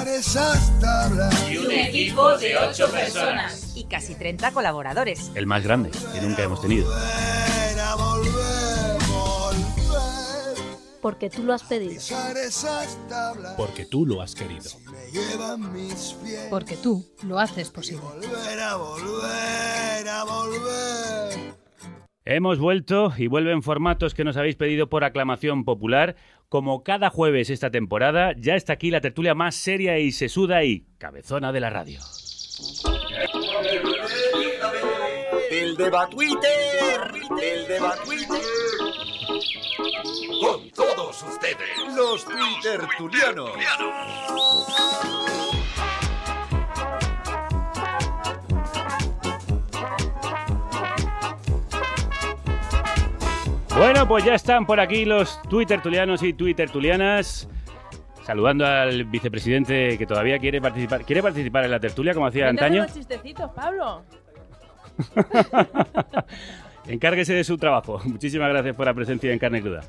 Y un equipo de ocho personas. Y casi treinta colaboradores. El más grande que nunca hemos tenido. Porque tú lo has pedido. Porque tú lo has querido. Porque tú lo haces posible. Hemos vuelto y vuelven formatos que nos habéis pedido por aclamación popular. Como cada jueves esta temporada, ya está aquí la tertulia más seria y sesuda y cabezona de la radio. El Debatwitter, el Debatwitter. Con todos ustedes, los twittertulianos. Bueno, pues ya están por aquí los twittertulianos y twittertulianas. Saludando al vicepresidente que todavía quiere participar. ¿Quiere participar en la tertulia como hacía antaño? Unos chistecitos, Pablo. Encárguese de su trabajo. Muchísimas gracias por la presencia en Carne Cruda.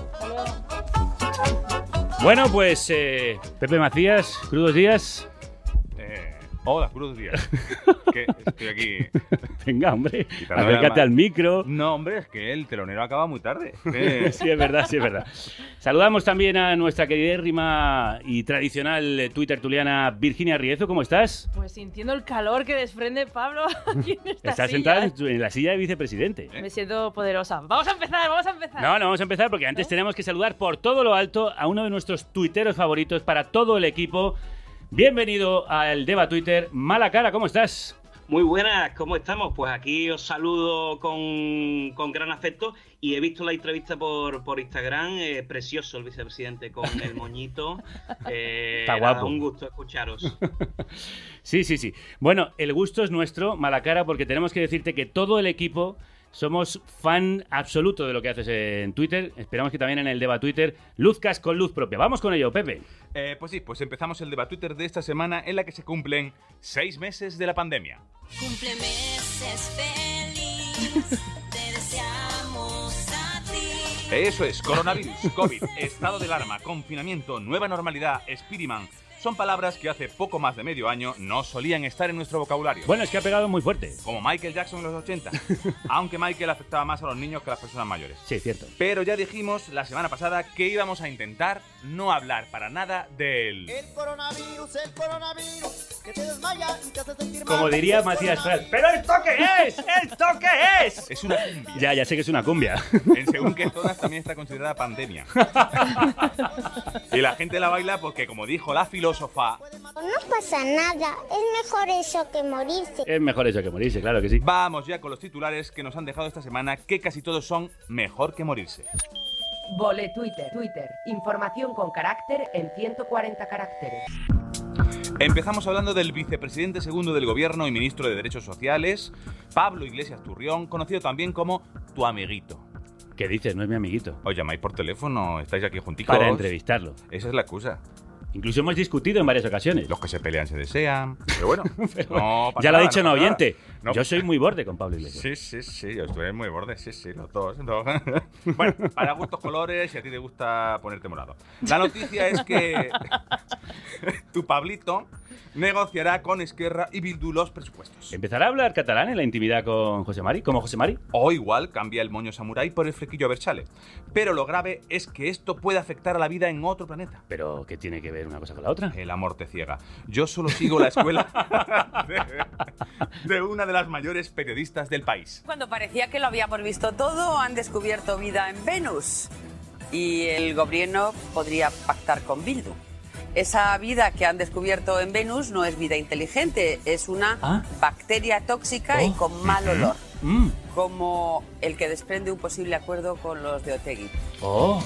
Bueno, pues eh, Pepe Macías, crudos días. Eh, hola, crudos días. Que estoy aquí. Venga, hombre, acércate al micro. No, hombre, es que el telonero acaba muy tarde. Eh. Sí, es verdad, sí, es verdad. Saludamos también a nuestra queridérrima y tradicional twittertuliana Virginia Riezo. ¿Cómo estás? Pues sintiendo el calor que desprende Pablo aquí en esta Estás silla. sentada en la silla de vicepresidente. Me siento poderosa. Vamos a empezar, vamos a empezar. No, no vamos a empezar porque antes ¿no? tenemos que saludar por todo lo alto a uno de nuestros tuiteros favoritos para todo el equipo. Bienvenido al Deba Twitter. Mala Cara, ¿cómo estás? Muy buenas, ¿cómo estamos? Pues aquí os saludo con, con gran afecto y he visto la entrevista por, por Instagram, eh, precioso el vicepresidente con el moñito. Eh, Está guapo. Un gusto escucharos. Sí, sí, sí. Bueno, el gusto es nuestro, Mala Cara, porque tenemos que decirte que todo el equipo somos fan absoluto de lo que haces en Twitter. Esperamos que también en el Deba Twitter luzcas con luz propia. Vamos con ello, Pepe. Eh, pues sí, pues empezamos el Deba Twitter de esta semana en la que se cumplen seis meses de la pandemia. Cumple meses feliz, te deseamos a ti. Eso es, coronavirus, COVID, estado de alarma, confinamiento, nueva normalidad, Spiderman. Son palabras que hace poco más de medio año no solían estar en nuestro vocabulario. Bueno, es que ha pegado muy fuerte. Como Michael Jackson en los ochenta. Aunque Michael afectaba más a los niños que a las personas mayores. Sí, cierto. Pero ya dijimos la semana pasada que íbamos a intentar no hablar para nada del... El coronavirus, el coronavirus, que te desmaya y te hace sentir mal. Como diría Matías Prat. ¿Pero esto qué es? ¿Esto qué es? Es una cumbia. Ya, ya sé que es una cumbia. En según qué zonas también está considerada pandemia. Y la gente la baila porque, como dijo la filósofa, filósofa. No pasa nada, es mejor eso que morirse. Es mejor eso que morirse, claro que sí. Vamos ya con los titulares que nos han dejado esta semana, que casi todos son mejor que morirse. Vole Twitter, Twitter. Información con carácter en ciento cuarenta caracteres. Empezamos hablando del vicepresidente segundo del gobierno y ministro de Derechos Sociales, Pablo Iglesias Turrión, conocido también como tu amiguito. ¿Qué dices? No es mi amiguito. Os llamáis por teléfono, estáis aquí junticos. Para entrevistarlo. Esa es la excusa. Incluso hemos discutido en varias ocasiones. Los que se pelean se desean. Pero bueno, Pero no pasa ya lo ha nada, dicho no un pasa oyente. nada. Yo No. soy muy borde con Pablo Iglesias. Sí, sí, sí, yo estoy muy borde, sí, sí, los dos. dos. Bueno, para gustos colores y a ti te gusta ponerte morado. La noticia es que tu Pablito negociará con Esquerra y Bildu los presupuestos. ¿Empezará a hablar catalán en la intimidad con José Mari? ¿Como José Mari? O igual cambia el moño samurái por el flequillo Berchale. Pero lo grave es que esto puede afectar a la vida en otro planeta. ¿Pero qué tiene que ver una cosa con la otra? El amor te ciega. Yo solo sigo la escuela de, de una de las mayores periodistas del país. Cuando parecía que lo habíamos visto todo, han descubierto vida en Venus. Y el gobierno podría pactar con Bildu. Esa vida que han descubierto en Venus no es vida inteligente, es una ¿Ah? bacteria tóxica Oh. y con mal olor. Mm. Como el que desprende un posible acuerdo con los de Otegi. Oh.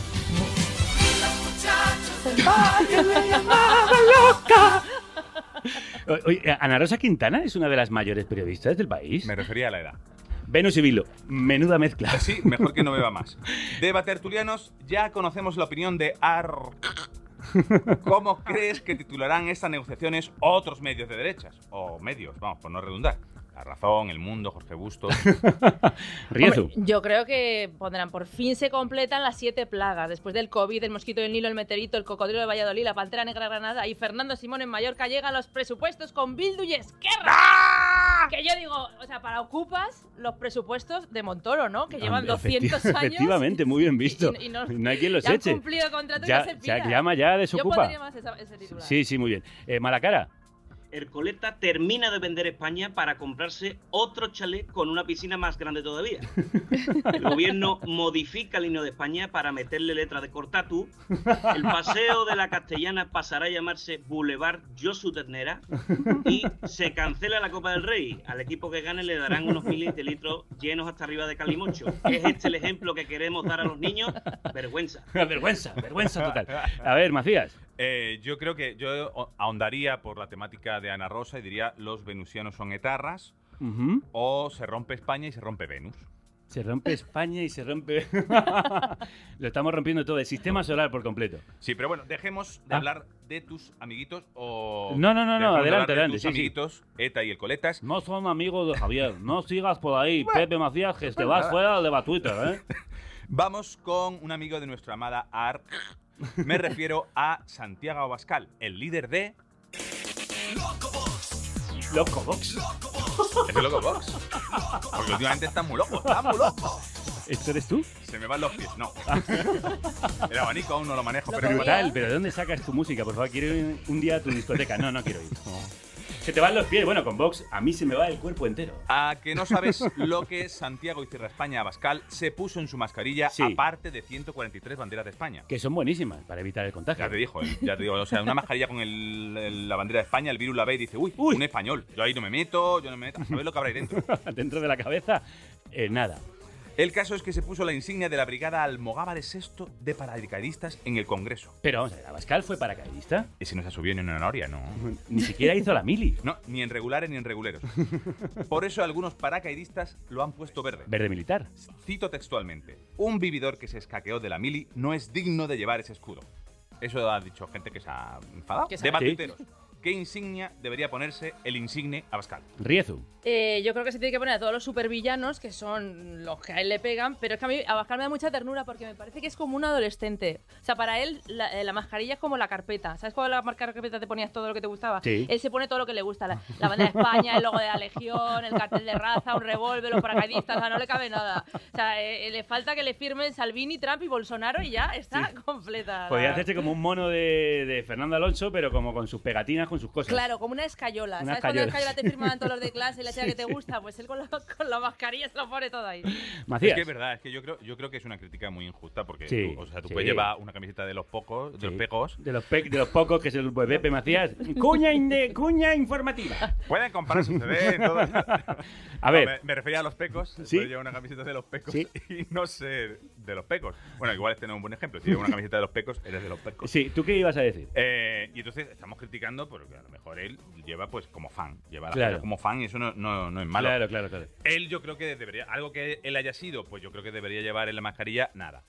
Oye, Ana Rosa Quintana es una de las mayores periodistas del país. Me refería a la edad. Venus y Bildu, menuda mezcla. Sí, mejor que no beba más. De Batertulianos ya conocemos la opinión de Ar... ¿Cómo crees que titularán estas negociaciones otros medios de derechas? O medios, vamos, por no redundar. La Razón, El Mundo, Jorge Bustos... Riezu. Hombre, yo creo que pondrán, por fin se completan las siete plagas. Después del COVID, el mosquito del Nilo, el meteorito, el cocodrilo de Valladolid, la pantera negra de Granada y Fernando Simón en Mallorca llegan los presupuestos con Bildu y Esquerra. ¡Ah! Que yo digo, o sea, para Ocupas, los presupuestos de Montoro, ¿no? Que llevan Efecti- doscientos años. Efectivamente, muy bien visto. Y- y no- no hay quien los ya han eche. cumplido el contrato y ya, no se ya pida. llama ya Yo desocupa. pondría más esa- ese titular. Sí, sí, muy bien. Eh, Malacara. Ercoleta termina de vender España para comprarse otro chalet con una piscina más grande todavía. El gobierno modifica el himno de España para meterle letra de Cortatu. El paseo de la Castellana pasará a llamarse Boulevard Josu Ternera. Y se cancela la Copa del Rey. Al equipo que gane le darán unos miles de litros llenos hasta arriba de calimocho. ¿Es este el ejemplo que queremos dar a los niños? Vergüenza. vergüenza, vergüenza total. A ver, Macías. Eh, yo creo que yo ahondaría por la temática de Ana Rosa y diría los venusianos son etarras Ujú. o se rompe España y se rompe Venus. Se rompe España y se rompe... Lo estamos rompiendo todo, el sistema solar por completo. Sí, pero bueno, dejemos de Ah. hablar de tus amiguitos o... No, no, no, no, dejemos de adelante, hablar de adelante, tus sí, sí. amiguitos, Eta y el Coletas. No son amigos de Javier, no sigas por ahí, Pepe Macías, que te vas verdad. fuera de Twitter, ¿eh? Vamos con un amigo de nuestra amada A R. Me refiero a Santiago Abascal, el líder de... Locobox. ¿Es el Locobox? Porque últimamente están muy locos, están muy locos. ¿Esto eres tú? Se me van los pies, no. El abanico aún no lo manejo, pero... Brutal, pero ¿de dónde sacas tu música? Por favor, quiero ir un día a tu discoteca. No, no quiero ir. Se te van los pies. Bueno, con Vox a mí se me va el cuerpo entero. A que no sabes lo que Santiago y Cierra España Abascal se puso en su mascarilla, Sí. aparte de ciento cuarenta y tres banderas de España. Que son buenísimas para evitar el contagio. Ya te dijo, ¿eh? Ya te digo, o sea, una mascarilla con el- el- la bandera de España, el virus la ve y dice, uy, un español, yo ahí no me meto, yo no me meto, a saber lo que habrá ahí dentro. Dentro de la cabeza, eh, nada. El caso es que se puso la insignia de la Brigada Almogávares sexto de paracaidistas en el Congreso. Pero vamos a ver, ¿Abascal fue paracaidista? Ese no se subió ni en una noria, no. Ni siquiera hizo la mili. No, ni en regulares ni en reguleros. Por eso algunos paracaidistas lo han puesto verde. Verde militar. Cito textualmente: un vividor que se escaqueó de la mili no es digno de llevar ese escudo. Eso ha dicho gente que se ha enfadado. Que se- De Sí. batuteros. ¿Qué insignia debería ponerse el insigne Abascal? Riezu. Eh, yo creo que se tiene que poner a todos los supervillanos, que son los que a él le pegan, pero es que a mí Abascal me da mucha ternura porque me parece que es como un adolescente. O sea, para él la, eh, la mascarilla es como la carpeta. ¿Sabes cuando la marca carpeta te ponías todo lo que te gustaba? Sí. Él se pone todo lo que le gusta. La, la bandera de España, el logo de la Legión, el cartel de raza, un revólver, los paracaidistas, o sea, no le cabe nada. O sea, eh, le falta que le firmen Salvini, Trump y Bolsonaro y ya está completa. la- Podría hacerse como un mono de, de Fernando Alonso, pero como con sus pegatinas con sus cosas. Claro, como una escayola. Una ¿Sabes cuando escayola. la escayola te firmaban todos los de clase y la chica que te gusta? Pues él con la, con la mascarilla se lo pone todo ahí. Macías. Es que es verdad, es que yo creo, yo creo que es una crítica muy injusta porque Sí, tú, o sea, tú sí. puedes llevar una camiseta de los pocos, de Sí. los pecos. De los, pe- de los pocos que es el Pepe Macías. Cuña, inde- cuña informativa. Pueden comprar su C D en todo. A ver. No, me, me refería a los pecos. Sí. Puedes llevar una camiseta de los pecos Sí. y no ser de los pecos. Bueno, igual este no es un buen ejemplo. Si llevas una camiseta de los pecos, eres de los pecos. Sí, ¿tú qué ibas a decir? Eh, y entonces estamos criticando porque a lo mejor él lleva pues como fan. Lleva la Claro. gente como fan y eso no, no, no es malo. Claro, claro, claro. Él yo creo que debería, algo que él haya sido, pues yo creo que debería llevar en la mascarilla nada.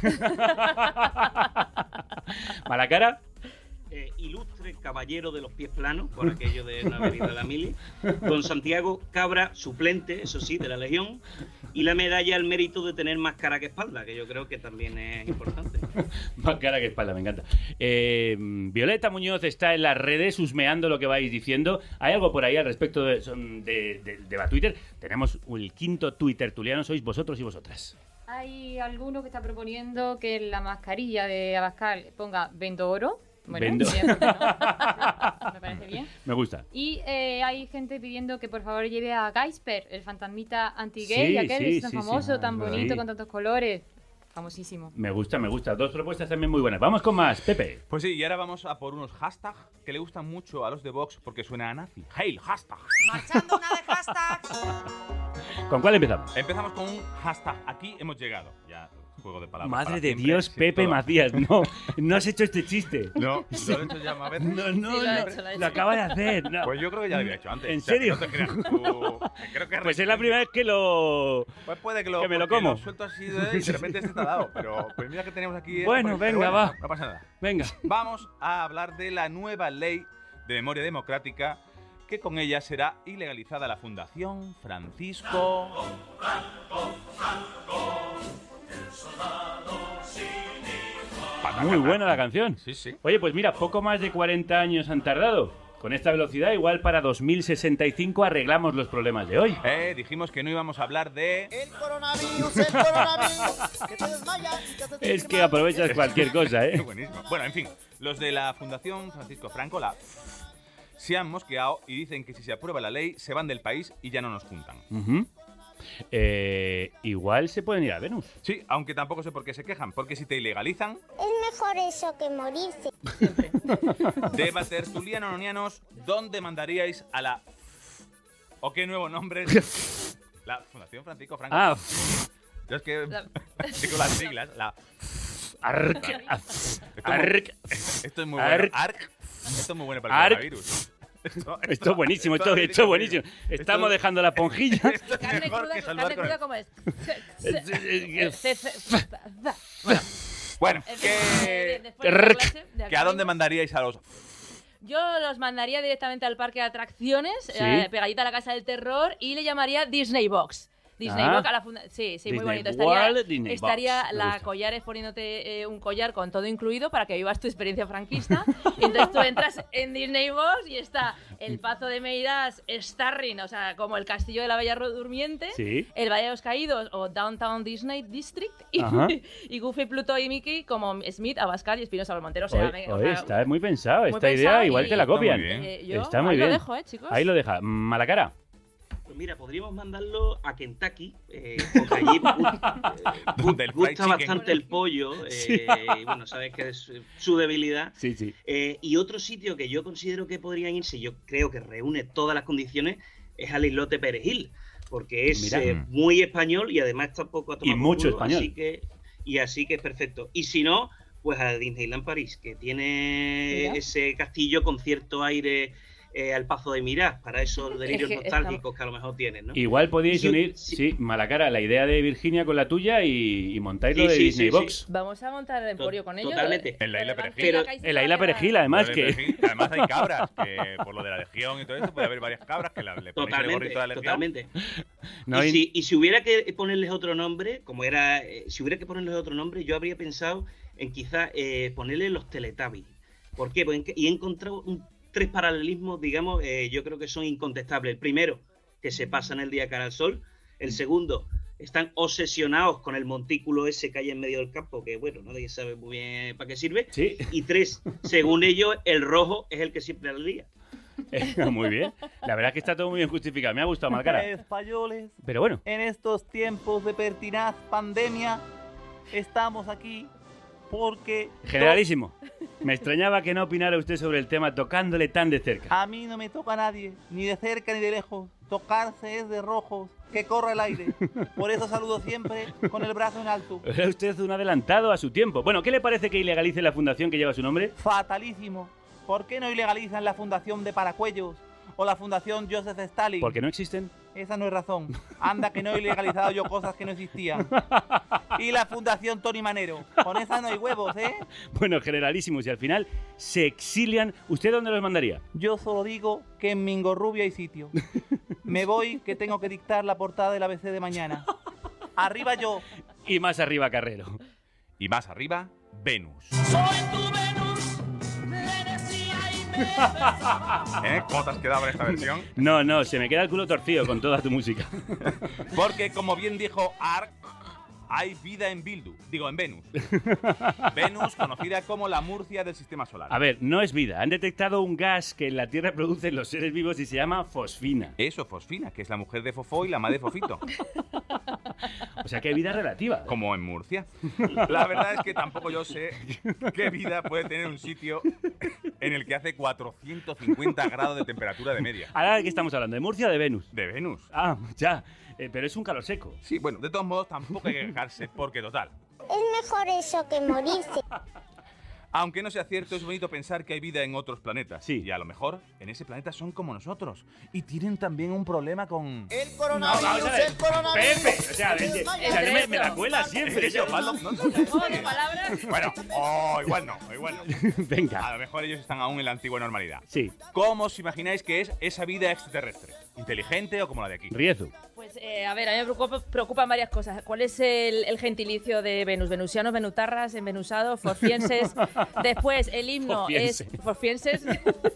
¿Mala cara? Eh, ilustre caballero de los pies planos, por aquello de no haber ido a la mili, don Santiago Cabra, suplente, eso sí, de la Legión, y la medalla al mérito de tener más cara que espalda, que yo creo que también es importante. Más cara que espalda, me encanta. Eh, Violeta Muñoz está en las redes husmeando lo que vais diciendo. ¿Hay algo por ahí al respecto de, son de, de, de la Twitter? Tenemos el quinto Twitter tuliano, sois vosotros y vosotras. Hay alguno que está proponiendo que en la mascarilla de Abascal ponga vendo oro. Bueno, Vendo. bien, ¿por qué no? Me parece bien. Me gusta. Y eh, hay gente pidiendo que por favor lleve a Gaisper, el fantasmita anti-gay, Sí, aquel sí, que es tan sí, sí. famoso, tan Ah, bonito, sí. con tantos colores. Famosísimo. Me gusta, me gusta. Dos propuestas también muy buenas. Vamos con más, Pepe. Pues sí, y ahora vamos a por unos hashtags que le gustan mucho a los de Vox porque suena a nazi. Hail, hashtag. Marchando una de hashtags. ¿Con cuál empezamos? Empezamos con un hashtag. Aquí hemos llegado. Ya, juego de palabras. Madre para de siempre, Dios, sí, Pepe todo. Macías, no, no has hecho este chiste. No, lo he hecho ya más veces. No, no, Sí, lo ha lo, hecho, lo ha lo hecho. acaba de hacer. no. Pues yo creo que ya lo había hecho antes. ¿En O sea, que serio? no te creas. Tú- creo que Pues es la primera vez que lo... Pues puede que lo, que me lo porque como. Lo suelto así de, y de repente este te ha dado. Pero pues mira que tenemos aquí. esto, Bueno, pero venga, va. No, no pasa nada. Venga. Vamos a hablar de la nueva ley de memoria democrática que con ella será ilegalizada la Fundación Francisco. Muy buena la canción. Sí, sí. Oye, pues mira, poco más de cuarenta años han tardado. Con esta velocidad, igual para dos mil sesenta y cinco arreglamos los problemas de hoy. Eh, dijimos que no íbamos a hablar de. El coronavirus, el coronavirus, que te desmayas y que te Es que aprovechas cualquier cosa, ¿eh? Buenísimo. Bueno, en fin, los de la Fundación Francisco Franco, la se han mosqueado y dicen que si se aprueba la ley se van del país y ya no nos juntan. Ujú. Eh, igual se pueden ir a Venus. Sí, aunque tampoco sé por qué se quejan, porque si te ilegalizan, Es mejor eso que morirse. de tertulianos nonianos, ¿dónde mandaríais a la o qué nuevo nombre? La Fundación Francisco Franco. Ah, Yo es que La- digo las siglas, la arc, Esto, arc, esto es muy bueno. arc. Arc. Esto es muy bueno para el Arc. coronavirus. Esto, Esto es buenísimo, esto, esto es buenísimo. Estamos dejando la ponjilla. Esto es Carne mejor cruda, que salvar carne con cruda el- como es. Bueno, En fin, que, eh, después de la clase, de que a dónde academia, mandaríais a los Yo los mandaría directamente al parque de atracciones, Sí. eh, pegadita a la casa del terror, y le llamaría Disney Box. Disney Ah. Box a la funda... Sí, sí, muy Disney bonito. Estaría, World, Disney estaría Box, me la gusta. Collares poniéndote eh, un collar con todo incluido para que vivas tu experiencia franquista. Y entonces tú entras en Disney Box y está el Pazo de Meirás, Starring, o sea, como el Castillo de la Bella Durmiente, Sí. el Valle de los Caídos o Downtown Disney District, y, Ajá. y Goofy, Pluto y Mickey como Smith, Abascal y Espinosa Monteros. O sea, Oye, me- o oye, sea, está muy pensado. muy Esta pensado idea igual y- te la Está muy copian. bien. eh, yo Está muy ahí bien. lo dejo, ¿eh, chicos? Ahí lo deja. Malacara. Pues mira, podríamos mandarlo a Kentucky, eh, porque allí gu- Donde el fried gusta chicken. bastante el pollo, eh, Sí. y bueno, sabes que es eh, su debilidad. Sí, sí. Eh, y otro sitio que yo considero que podrían irse, yo creo que reúne todas las condiciones, es al islote Perejil, porque es Mira. eh, muy español y además tampoco ha tomado Y por mucho culo, español. Así que, y así que es perfecto. Y si no, pues a Disneyland París, que tiene Mira. ese castillo con cierto aire eh, al Pazo de Mirás, para esos delirios que nostálgicos que a lo mejor tienen, ¿no? Igual podíais Sí, unir, sí. sí, Malacara, la idea de Virginia con la tuya y, y montáis lo Sí, de sí, Disney sí, Box. Vamos a montar el emporio con ellos. Totalmente. En la isla Pero- Perejil. En la isla Perejil, además, Lo de que... Perejil, además hay cabras, que por lo de la legión y todo esto puede haber varias cabras que la, le ponéis el Totalmente, gorrito de la legión. totalmente. No y, hay- si, y si hubiera que ponerles otro nombre, como era, eh, si hubiera que ponerles otro nombre, yo habría pensado en quizás eh, ponerle los Teletubbies. ¿Por qué? Pues en que- y he encontrado un- tres paralelismos, digamos, eh, yo creo que son incontestables. El primero, que se pasan el día cara al sol. El segundo, están obsesionados con el montículo ese que hay en medio del campo, que bueno, nadie sabe muy bien para qué sirve. Sí. Y tres, según ellos, el rojo es el que siempre al día. Muy bien. La verdad es que está todo muy bien justificado. Me ha gustado, Malcara. Españoles, Pero bueno. en estos tiempos de pertinaz pandemia, estamos aquí porque... Generalísimo. Me extrañaba que no opinara usted sobre el tema tocándole tan de cerca. A mí no me toca a nadie, ni de cerca ni de lejos. Tocarse es de rojos, que corre el aire. Por eso saludo siempre con el brazo en alto. Era usted un adelantado a su tiempo. Bueno, ¿qué le parece que ilegalice la fundación que lleva su nombre? Fatalísimo. ¿Por qué no ilegalizan la fundación de Paracuellos o la fundación Joseph Stalin? ¿Por qué no existen? Esa no es razón. Anda que no he ilegalizado yo cosas que no existían. Y la fundación Tony Manero. Con esa no hay huevos, ¿eh? Bueno, generalísimos. Y al final se exilian. ¿Usted dónde los mandaría? Yo solo digo que en Mingorrubia hay sitio. Me voy, que tengo que dictar la portada del A B C de mañana. ¡Arriba yo! Y más arriba Carrero. Y más arriba, Venus. Soy tu Venus, le decía y me ¿Eh? ¿Cómo te has quedado en esta versión? No, no, se me queda el culo torcido con toda tu música. Porque, como bien dijo Ark, hay vida en Bildu, digo, en Venus. Venus, conocida como la Murcia del sistema solar. A ver, no es vida. Han detectado un gas que en la Tierra producen los seres vivos y se llama fosfina. Eso, fosfina, que es la mujer de Fofó y la madre de Fofito. O sea que hay vida relativa. Como en Murcia. La verdad es que tampoco yo sé qué vida puede tener un sitio en el que hace cuatrocientos cincuenta grados de temperatura de media. ¿Ahora de qué estamos hablando? ¿De Murcia o de Venus? De Venus. Ah, ya. Eh, pero es un calor seco. Sí, bueno, de todos modos tampoco hay que quejarse porque, total, Es mejor eso que morirse. aunque no sea cierto, es bonito pensar que hay vida en otros planetas. Sí. Y a lo mejor en ese planeta son como nosotros. Y tienen también un problema con... El No, coronavirus, vamos a ver. el coronavirus. Pepe, o sea, vete, o sea, Entre me, me la eso. cuela siempre. Eso, Pablo, no, no, Juego de palabras. Bueno, oh, igual no, igual no. Venga. A lo mejor ellos están aún en la antigua normalidad. Sí. ¿Cómo os imagináis que es esa vida extraterrestre? ¿Inteligente o como la de aquí? Riezu. Pues, eh, a ver, a mí me preocupa- preocupan varias cosas. ¿Cuál es el, el gentilicio de Venus? Venusianos, venutarras, envenusados, forfienses. Después, el himno Forfiense. es... ¿Forfienses?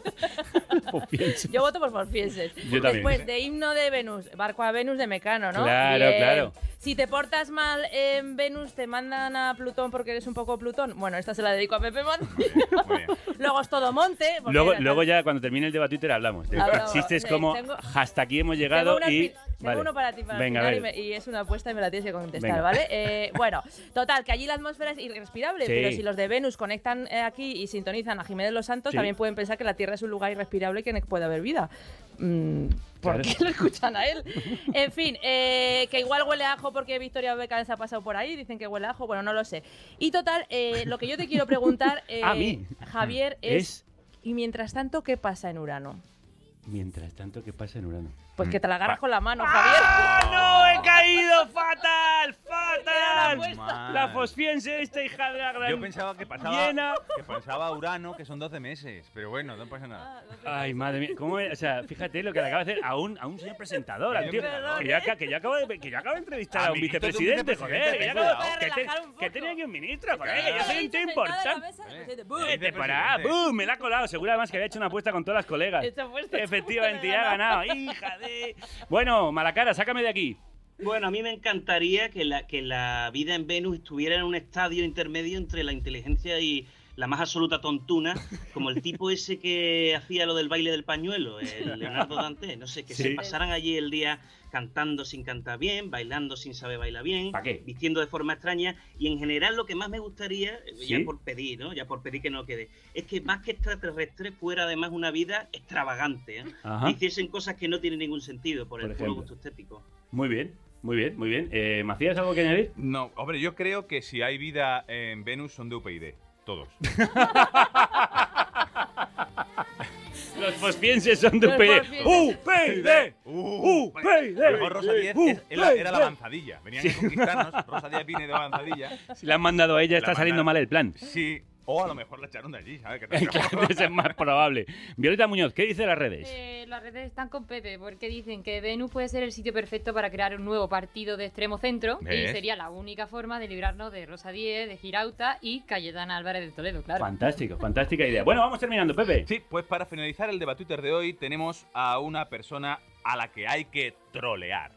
Forfiense. Yo voto por forfienses. Yo también. Después, de himno de Venus, barco a Venus de Mecano, ¿no? Claro, Bien. claro. Si te portas mal en Venus, te mandan a Plutón porque eres un poco Plutón. Bueno, esta se la dedico a Pepe Monte. Luego es todo monte. porque Luego, era- luego ya cuando termine el debate Twitter hablamos. De Hablamos. chistes Sí, como tengo- hasta aquí hemos Tengo, llegado una y... fi- tengo Vale. uno para ti para el Venga, final a y, ver. me- y es una apuesta y me la tienes que contestar, Venga. ¿vale? Eh, bueno, total, que allí la atmósfera es irrespirable, Sí. pero si los de Venus conectan eh, aquí y sintonizan a Jiménez Los Santos, Sí. también pueden pensar que la Tierra es un lugar irrespirable y que no puede haber vida. Mm, ¿Por Claro. qué lo escuchan a él? En fin, eh, que igual huele a ajo porque Victoria Beckham se ha pasado por ahí, dicen que huele a ajo, bueno, no lo sé. Y total, eh, lo que yo te quiero preguntar, eh, A mí. Javier, es, Es- ¿y mientras tanto qué pasa en Urano? Mientras tanto, ¿qué pasa en Urano? Pues que te la agarras con la mano, Javier. ¡Ah, no! ¡He caído! ¡Fatal! Era ¡Fatal! una apuesta. La fosfiense, esta hija de la gran... Yo pensaba que pasaba, Llena. que pasaba Urano, que son doce meses. Pero bueno, no pasa nada. Ay, madre mía. ¿Cómo es? O sea, fíjate lo que le acaba de hacer a un, a un señor presentador. a un tío- que, yo, aca- que yo acabo de, que yo acabo de entrevistar a un Amiguito de un vicepresidente, vicepresidente, joder. Que, yo ten acabo- cuidado. que, te- Relajar un que poco. tenía aquí un ministro, joder. Que yo soy un tío importante. Vete Vicepresidente. para allá. ¡Bum! Me la ha colado. Seguro además que había hecho una apuesta con todas las colegas. Esta apuesta Efectivamente, seguro ya que ha ha ganado. ganado. ¡Hija de...! Bueno, Malacara, sácame de aquí. Bueno, a mí me encantaría que la, que la vida en Venus estuviera en un estadio intermedio entre la inteligencia y la más absoluta tontuna, como el tipo ese que hacía lo del baile del pañuelo, el Leonardo Dante. No sé, que Sí. se pasaran allí el día cantando sin cantar bien, bailando sin saber bailar bien, ¿Pa qué? vistiendo de forma extraña. Y en general lo que más me gustaría, eh, ¿Sí? ya por pedir, ¿no? Ya por pedir que no quede, es que más que extraterrestre fuera además una vida extravagante, ¿eh? Ajá. Hiciesen cosas que no tienen ningún sentido por, Por el puro ejemplo. gusto estético. Muy bien, muy bien, muy bien. Eh, ¿Macías, algo que añadir? No, hombre, yo creo que si hay vida en Venus son de U P y D. Todos. Los fosfienses son de Los U P D. fosfienses. ¡U P D! ¡U P D! A lo mejor Rosa Díez es- era, era la avanzadilla. Venían Sí. a conquistarnos. Rosa Díez viene de avanzadilla. Si la han mandado a ella, está La saliendo mandaron. mal el plan. Sí. O a lo mejor la echaron de allí, ¿sabes? Que Claro, eso es más probable. Violeta Muñoz, ¿qué dice las redes? Eh, las redes están con Pepe porque dicen que Venus puede ser el sitio perfecto para crear un nuevo partido de extremo centro ¿Ves? y sería la única forma de librarnos de Rosa Díez, de Girauta y Cayetana Álvarez de Toledo, claro. Fantástico, fantástica idea. Bueno, vamos terminando, Pepe. Sí, pues para finalizar el debate Twitter de hoy tenemos a una persona a la que hay que trolear.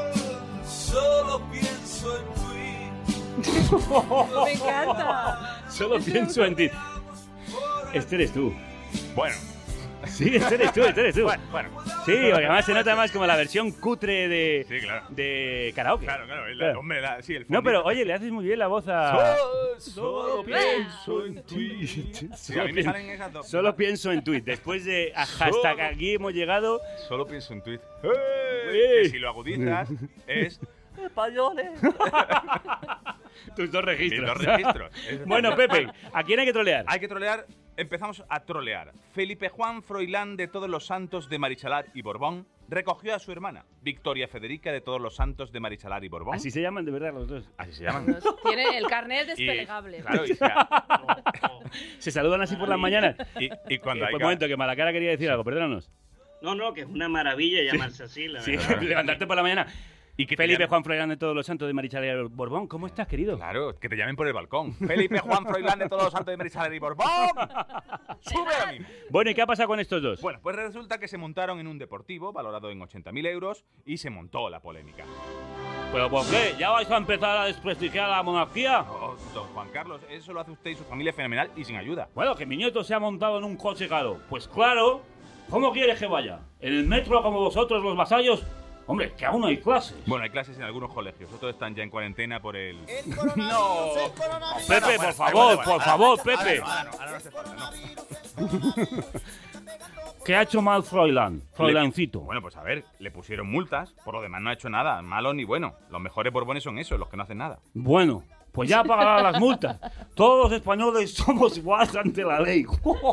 Solo pienso en ti. Me encanta. Solo pienso en ti. Este eres tú. Bueno. Sí, este eres tú, este eres tú. Bueno, bueno. Sí, porque además se nota más como la versión cutre de, sí, claro. de karaoke. Claro, claro. La, Claro. Hombre, la, sí, el No, fondito. pero oye, le haces muy bien la voz a... Solo, solo pienso en ti. Sí, Solo, a mí me pien- salen esas dos. solo pienso en tweet. Después de hasta Solo- aquí hemos llegado... Solo pienso en tweet. ¡Ey! Que si lo agudizas es... Españoles. Tus dos registros. Mis dos registros. Bueno, Pepe, ¿a quién hay que trolear? Hay que trolear. Empezamos a trolear. Felipe Juan Froilán de Todos los Santos de Marichalar y Borbón recogió a su hermana, Victoria Federica de Todos los Santos de Marichalar y Borbón. Así se llaman de verdad los dos. Así se llaman. Tiene el carnet Y, desplegable. claro, y sea- Se saludan así por las mañanas. y, y cuando Eh, hay pues, que- un momento, que Malacara quería decir algo, perdónanos. No, no, que es una maravilla llamarse así, la Sí, verdad. levantarte por la mañana. Y que te Felipe llamen- Juan Froilán de Todos los Santos de Marichalar y Borbón, ¿cómo estás, querido? Claro, que te llamen por el balcón. Felipe Juan Froilán de Todos los Santos de Marichalar y Borbón. Sube a mí. Bueno, ¿y qué ha pasado con estos dos? Bueno, pues resulta que se montaron en un deportivo valorado en ochenta mil euros y se montó la polémica. ¿Pero por qué? ¿Ya vais a empezar a desprestigiar a la monarquía? Oh, don Juan Carlos, eso lo hace usted y su familia fenomenal y sin ayuda. Bueno, que mi nieto se ha montado en un coche caro. Pues claro, ¿cómo quieres que vaya? ¿En el metro como vosotros los vasallos? Hombre, que aún no hay clases. Bueno, hay clases en algunos colegios, otros están ya en cuarentena por el... No. Pepe, por favor, por favor, Pepe. Ahora no, ahora no hace falta, no. ¿Qué ha hecho mal Froilán? Froilancito. Bueno, pues a ver, le pusieron multas, por lo demás no ha hecho nada, malo ni bueno. Los mejores borbones son esos, los que no hacen nada. Bueno, pues ya pagará las multas. Todos los españoles somos iguales ante la ley.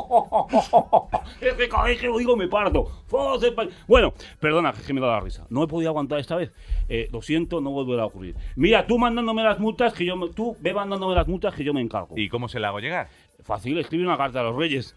Es que cada vez que lo digo me parto. Todos los espa- Bueno, perdona, que me da la risa. No he podido aguantar esta vez. Eh, lo siento, no volverá a ocurrir. Mira, tú mandándome las multas, que yo me... tú ve mandándome las multas que yo me encargo. ¿Y cómo se la hago llegar? Fácil, escribe una carta a los reyes.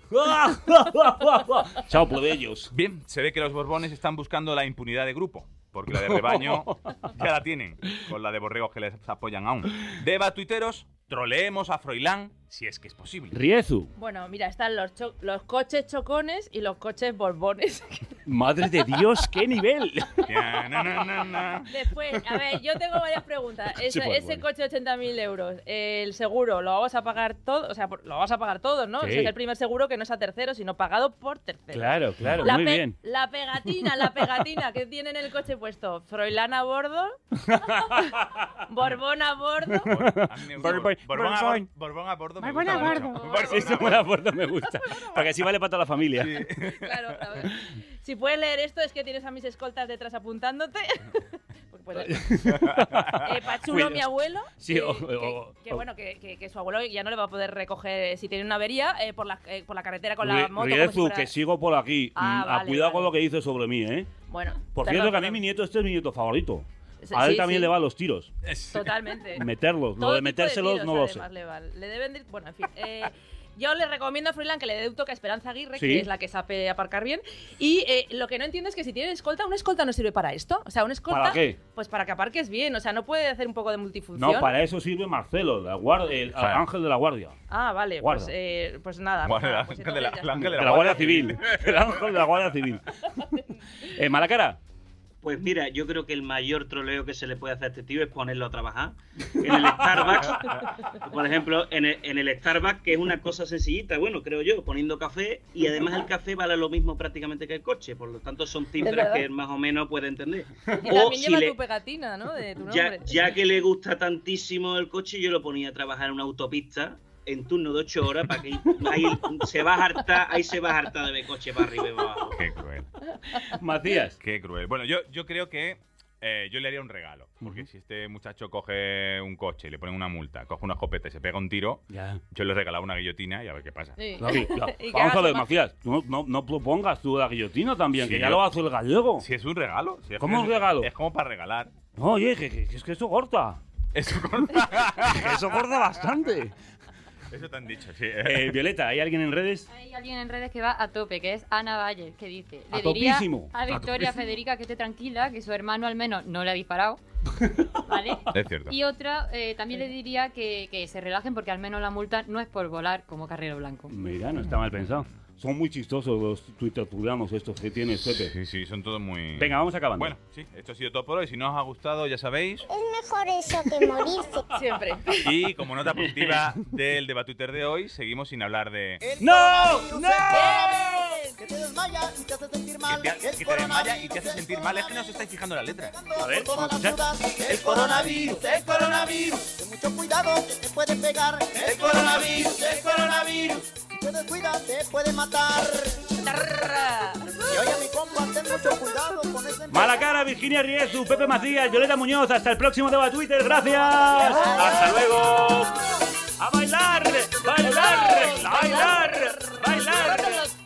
Chao, plebeyos. Bien, se ve que los borbones están buscando la impunidad de grupo, porque la de rebaño ya la tienen, con la de borregos que les apoyan aún. Deba tuiteros, troleemos a Froilán, si es que es posible. Riezu. Bueno, mira, están los, cho- los coches chocones y los coches borbones. Madre de Dios, qué nivel. Ya, na, na, na, na. Después, a ver, yo tengo varias preguntas. Ese, Sí, pues, ese bueno. coche de ochenta mil euros, el seguro, ¿lo vamos a pagar todo? O sea, por- lo vamos a pagar todos, ¿no? Sí. Ese es el primer seguro que no es a tercero, sino pagado por tercero. Claro, claro, La muy pe- bien. La pegatina, la pegatina que tiene en el coche puesto. Froilán a bordo. Borbón a bordo. A mí me gusta Borbón, Bor- Borbón a Borbón. bor- Borbón a bordo me Borbón gusta a mucho. bordo. Borbón Sí, eso a me la abordo, me gusta. Porque así vale para toda la familia. Claro, a ver. Si puedes leer esto es que tienes a mis escoltas detrás apuntándote. Porque puedes leer. Eh, Pachulo, Cuida- mi abuelo. Sí, que, o- que- o- que, o- bueno, que, que- que su abuelo ya no le va a poder recoger eh, si tiene una avería eh, por, la, eh, por la carretera con la Ri- moto. como si Riezu, fuera- que sigo por aquí. Ah, Mm, a vale, cuidado vale. con lo que dices sobre mí, ¿eh? Bueno, Por perdón, cierto, que a mí perdón. mi nieto este es mi nieto favorito. Sí, A él sí, también sí. le va a los tiros. Totalmente. Meterlos. Todo Lo de tipo metérselos tiros, no lo sé. además, le, va- le deben de- Bueno, en fin. eh, yo le recomiendo a Froilán que le dé un toque a Esperanza Aguirre, Sí. que es la que sabe aparcar bien. Y eh, lo que no entiendo es que si tiene escolta, una escolta no sirve para esto. O sea, una escolta. ¿Para qué? Pues para que aparques bien. O sea, no puede hacer un poco de multifunción. No, para eso sirve Marcelo, la guar- el Claro. ángel de la guardia. Ah, vale. Guarda. Pues, eh, pues nada. Guarda, pues nada, el pues ángel de la- entonces el ya ángel De la Guardia Civil. El ángel de la Guardia Civil. Eh, Malacara. Pues mira, yo creo que el mayor troleo que se le puede hacer a este tío es ponerlo a trabajar en el Starbucks. Por ejemplo, en el, en el Starbucks, que es una cosa sencillita, bueno, creo yo, poniendo café, y además el café vale lo mismo prácticamente que el coche, por lo tanto son cifras verdad. que más o menos puede entender. Y O también si lleva le- tu pegatina, ¿no? De tu ya, nombre. ya que le gusta tantísimo el coche, yo lo ponía a trabajar en una autopista en turno de ocho horas para que ahí se va a hartar, ahí se va a hartar de ver coche para arriba y para abajo. Qué cruel. Macías. Qué cruel. Bueno, yo, yo creo que eh, yo le haría un regalo. Porque si este muchacho coge un coche y le ponen una multa, coge una escopeta y se pega un tiro, Ya. yo le regalaba una guillotina y a ver qué pasa. Sí. Claro, ya. Y que Vamos hagas a ver, más- Macías. No, no, no propongas tú la guillotina también, Sí, que ya yo- lo hace el gallego. Si es un regalo. Si es ¿Cómo que un regalo? Es como para regalar. Oye, que, que- que es que eso corta. Eso corta. Eso corta bastante. Eso te han dicho, sí. Eh, Violeta, ¿hay alguien en redes? Hay alguien en redes que va a tope, que es Ana Valle, que dice, A le diría topísimo. a A Victoria topísimo. Federica que esté tranquila, que su hermano al menos no le ha disparado, ¿vale? Es cierto. Y otra, eh, también le diría que, que se relajen porque al menos la multa no es por volar como Carrero Blanco. Mira, no está mal pensado. Son muy chistosos los twitterturianos estos que tienes, Pepe. Sí, sí, son todos muy... Venga, vamos acabando. Bueno, sí, esto ha sido todo por hoy. Si no os ha gustado, ya sabéis. Es mejor eso que morirse. Siempre. Y como nota positiva del debate Twitter de hoy, seguimos sin hablar de... ¡No! ¡No! Que te desmaya y te hace sentir mal. Que te, que te desmaya y te hace sentir mal. Es que no os estáis fijando en la letra. A ver, vamos a escuchar. El coronavirus, el coronavirus. Ten mucho cuidado que te puede pegar. El coronavirus, el coronavirus. Si te descuidas te puede matar. Y oye mi compa, ten mucho cuidado con ese... Mala cara, Virginia Riezu, Pepe Macías, Violeta Muñoz. Hasta el próximo debate Twitter. Gracias. Hasta luego. A bailar, bailar, bailar, bailar.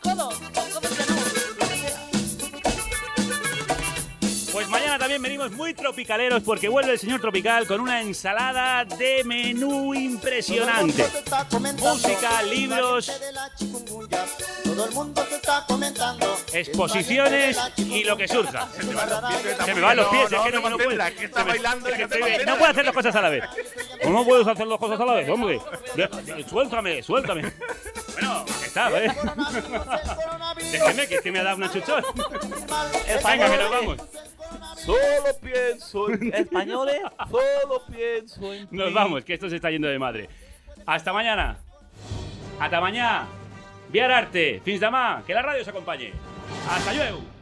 Pues mañana también venimos muy tropicaleros porque vuelve el señor Tropical con una ensalada de menú impresionante. Música, libros, todo el mundo se está comentando. Exposiciones y lo que surja. Se me van los pies, es que no, no puedo. Que está bailando, que te No puedo hacer dos cosas a la vez. ¿Cómo puedes hacer dos cosas a la vez, hombre? Suéltame, suéltame. Bueno, ¿qué está, eh? Déjeme, que es que me ha dado una chuchón. Venga, que nos vamos. Solo pienso en españoles, solo pienso en ti. Nos vamos, que esto se está yendo de madre. Hasta mañana. Hasta mañana. Viar arte, fins demà, que la ràdio s'acompanyi. Hasta luego.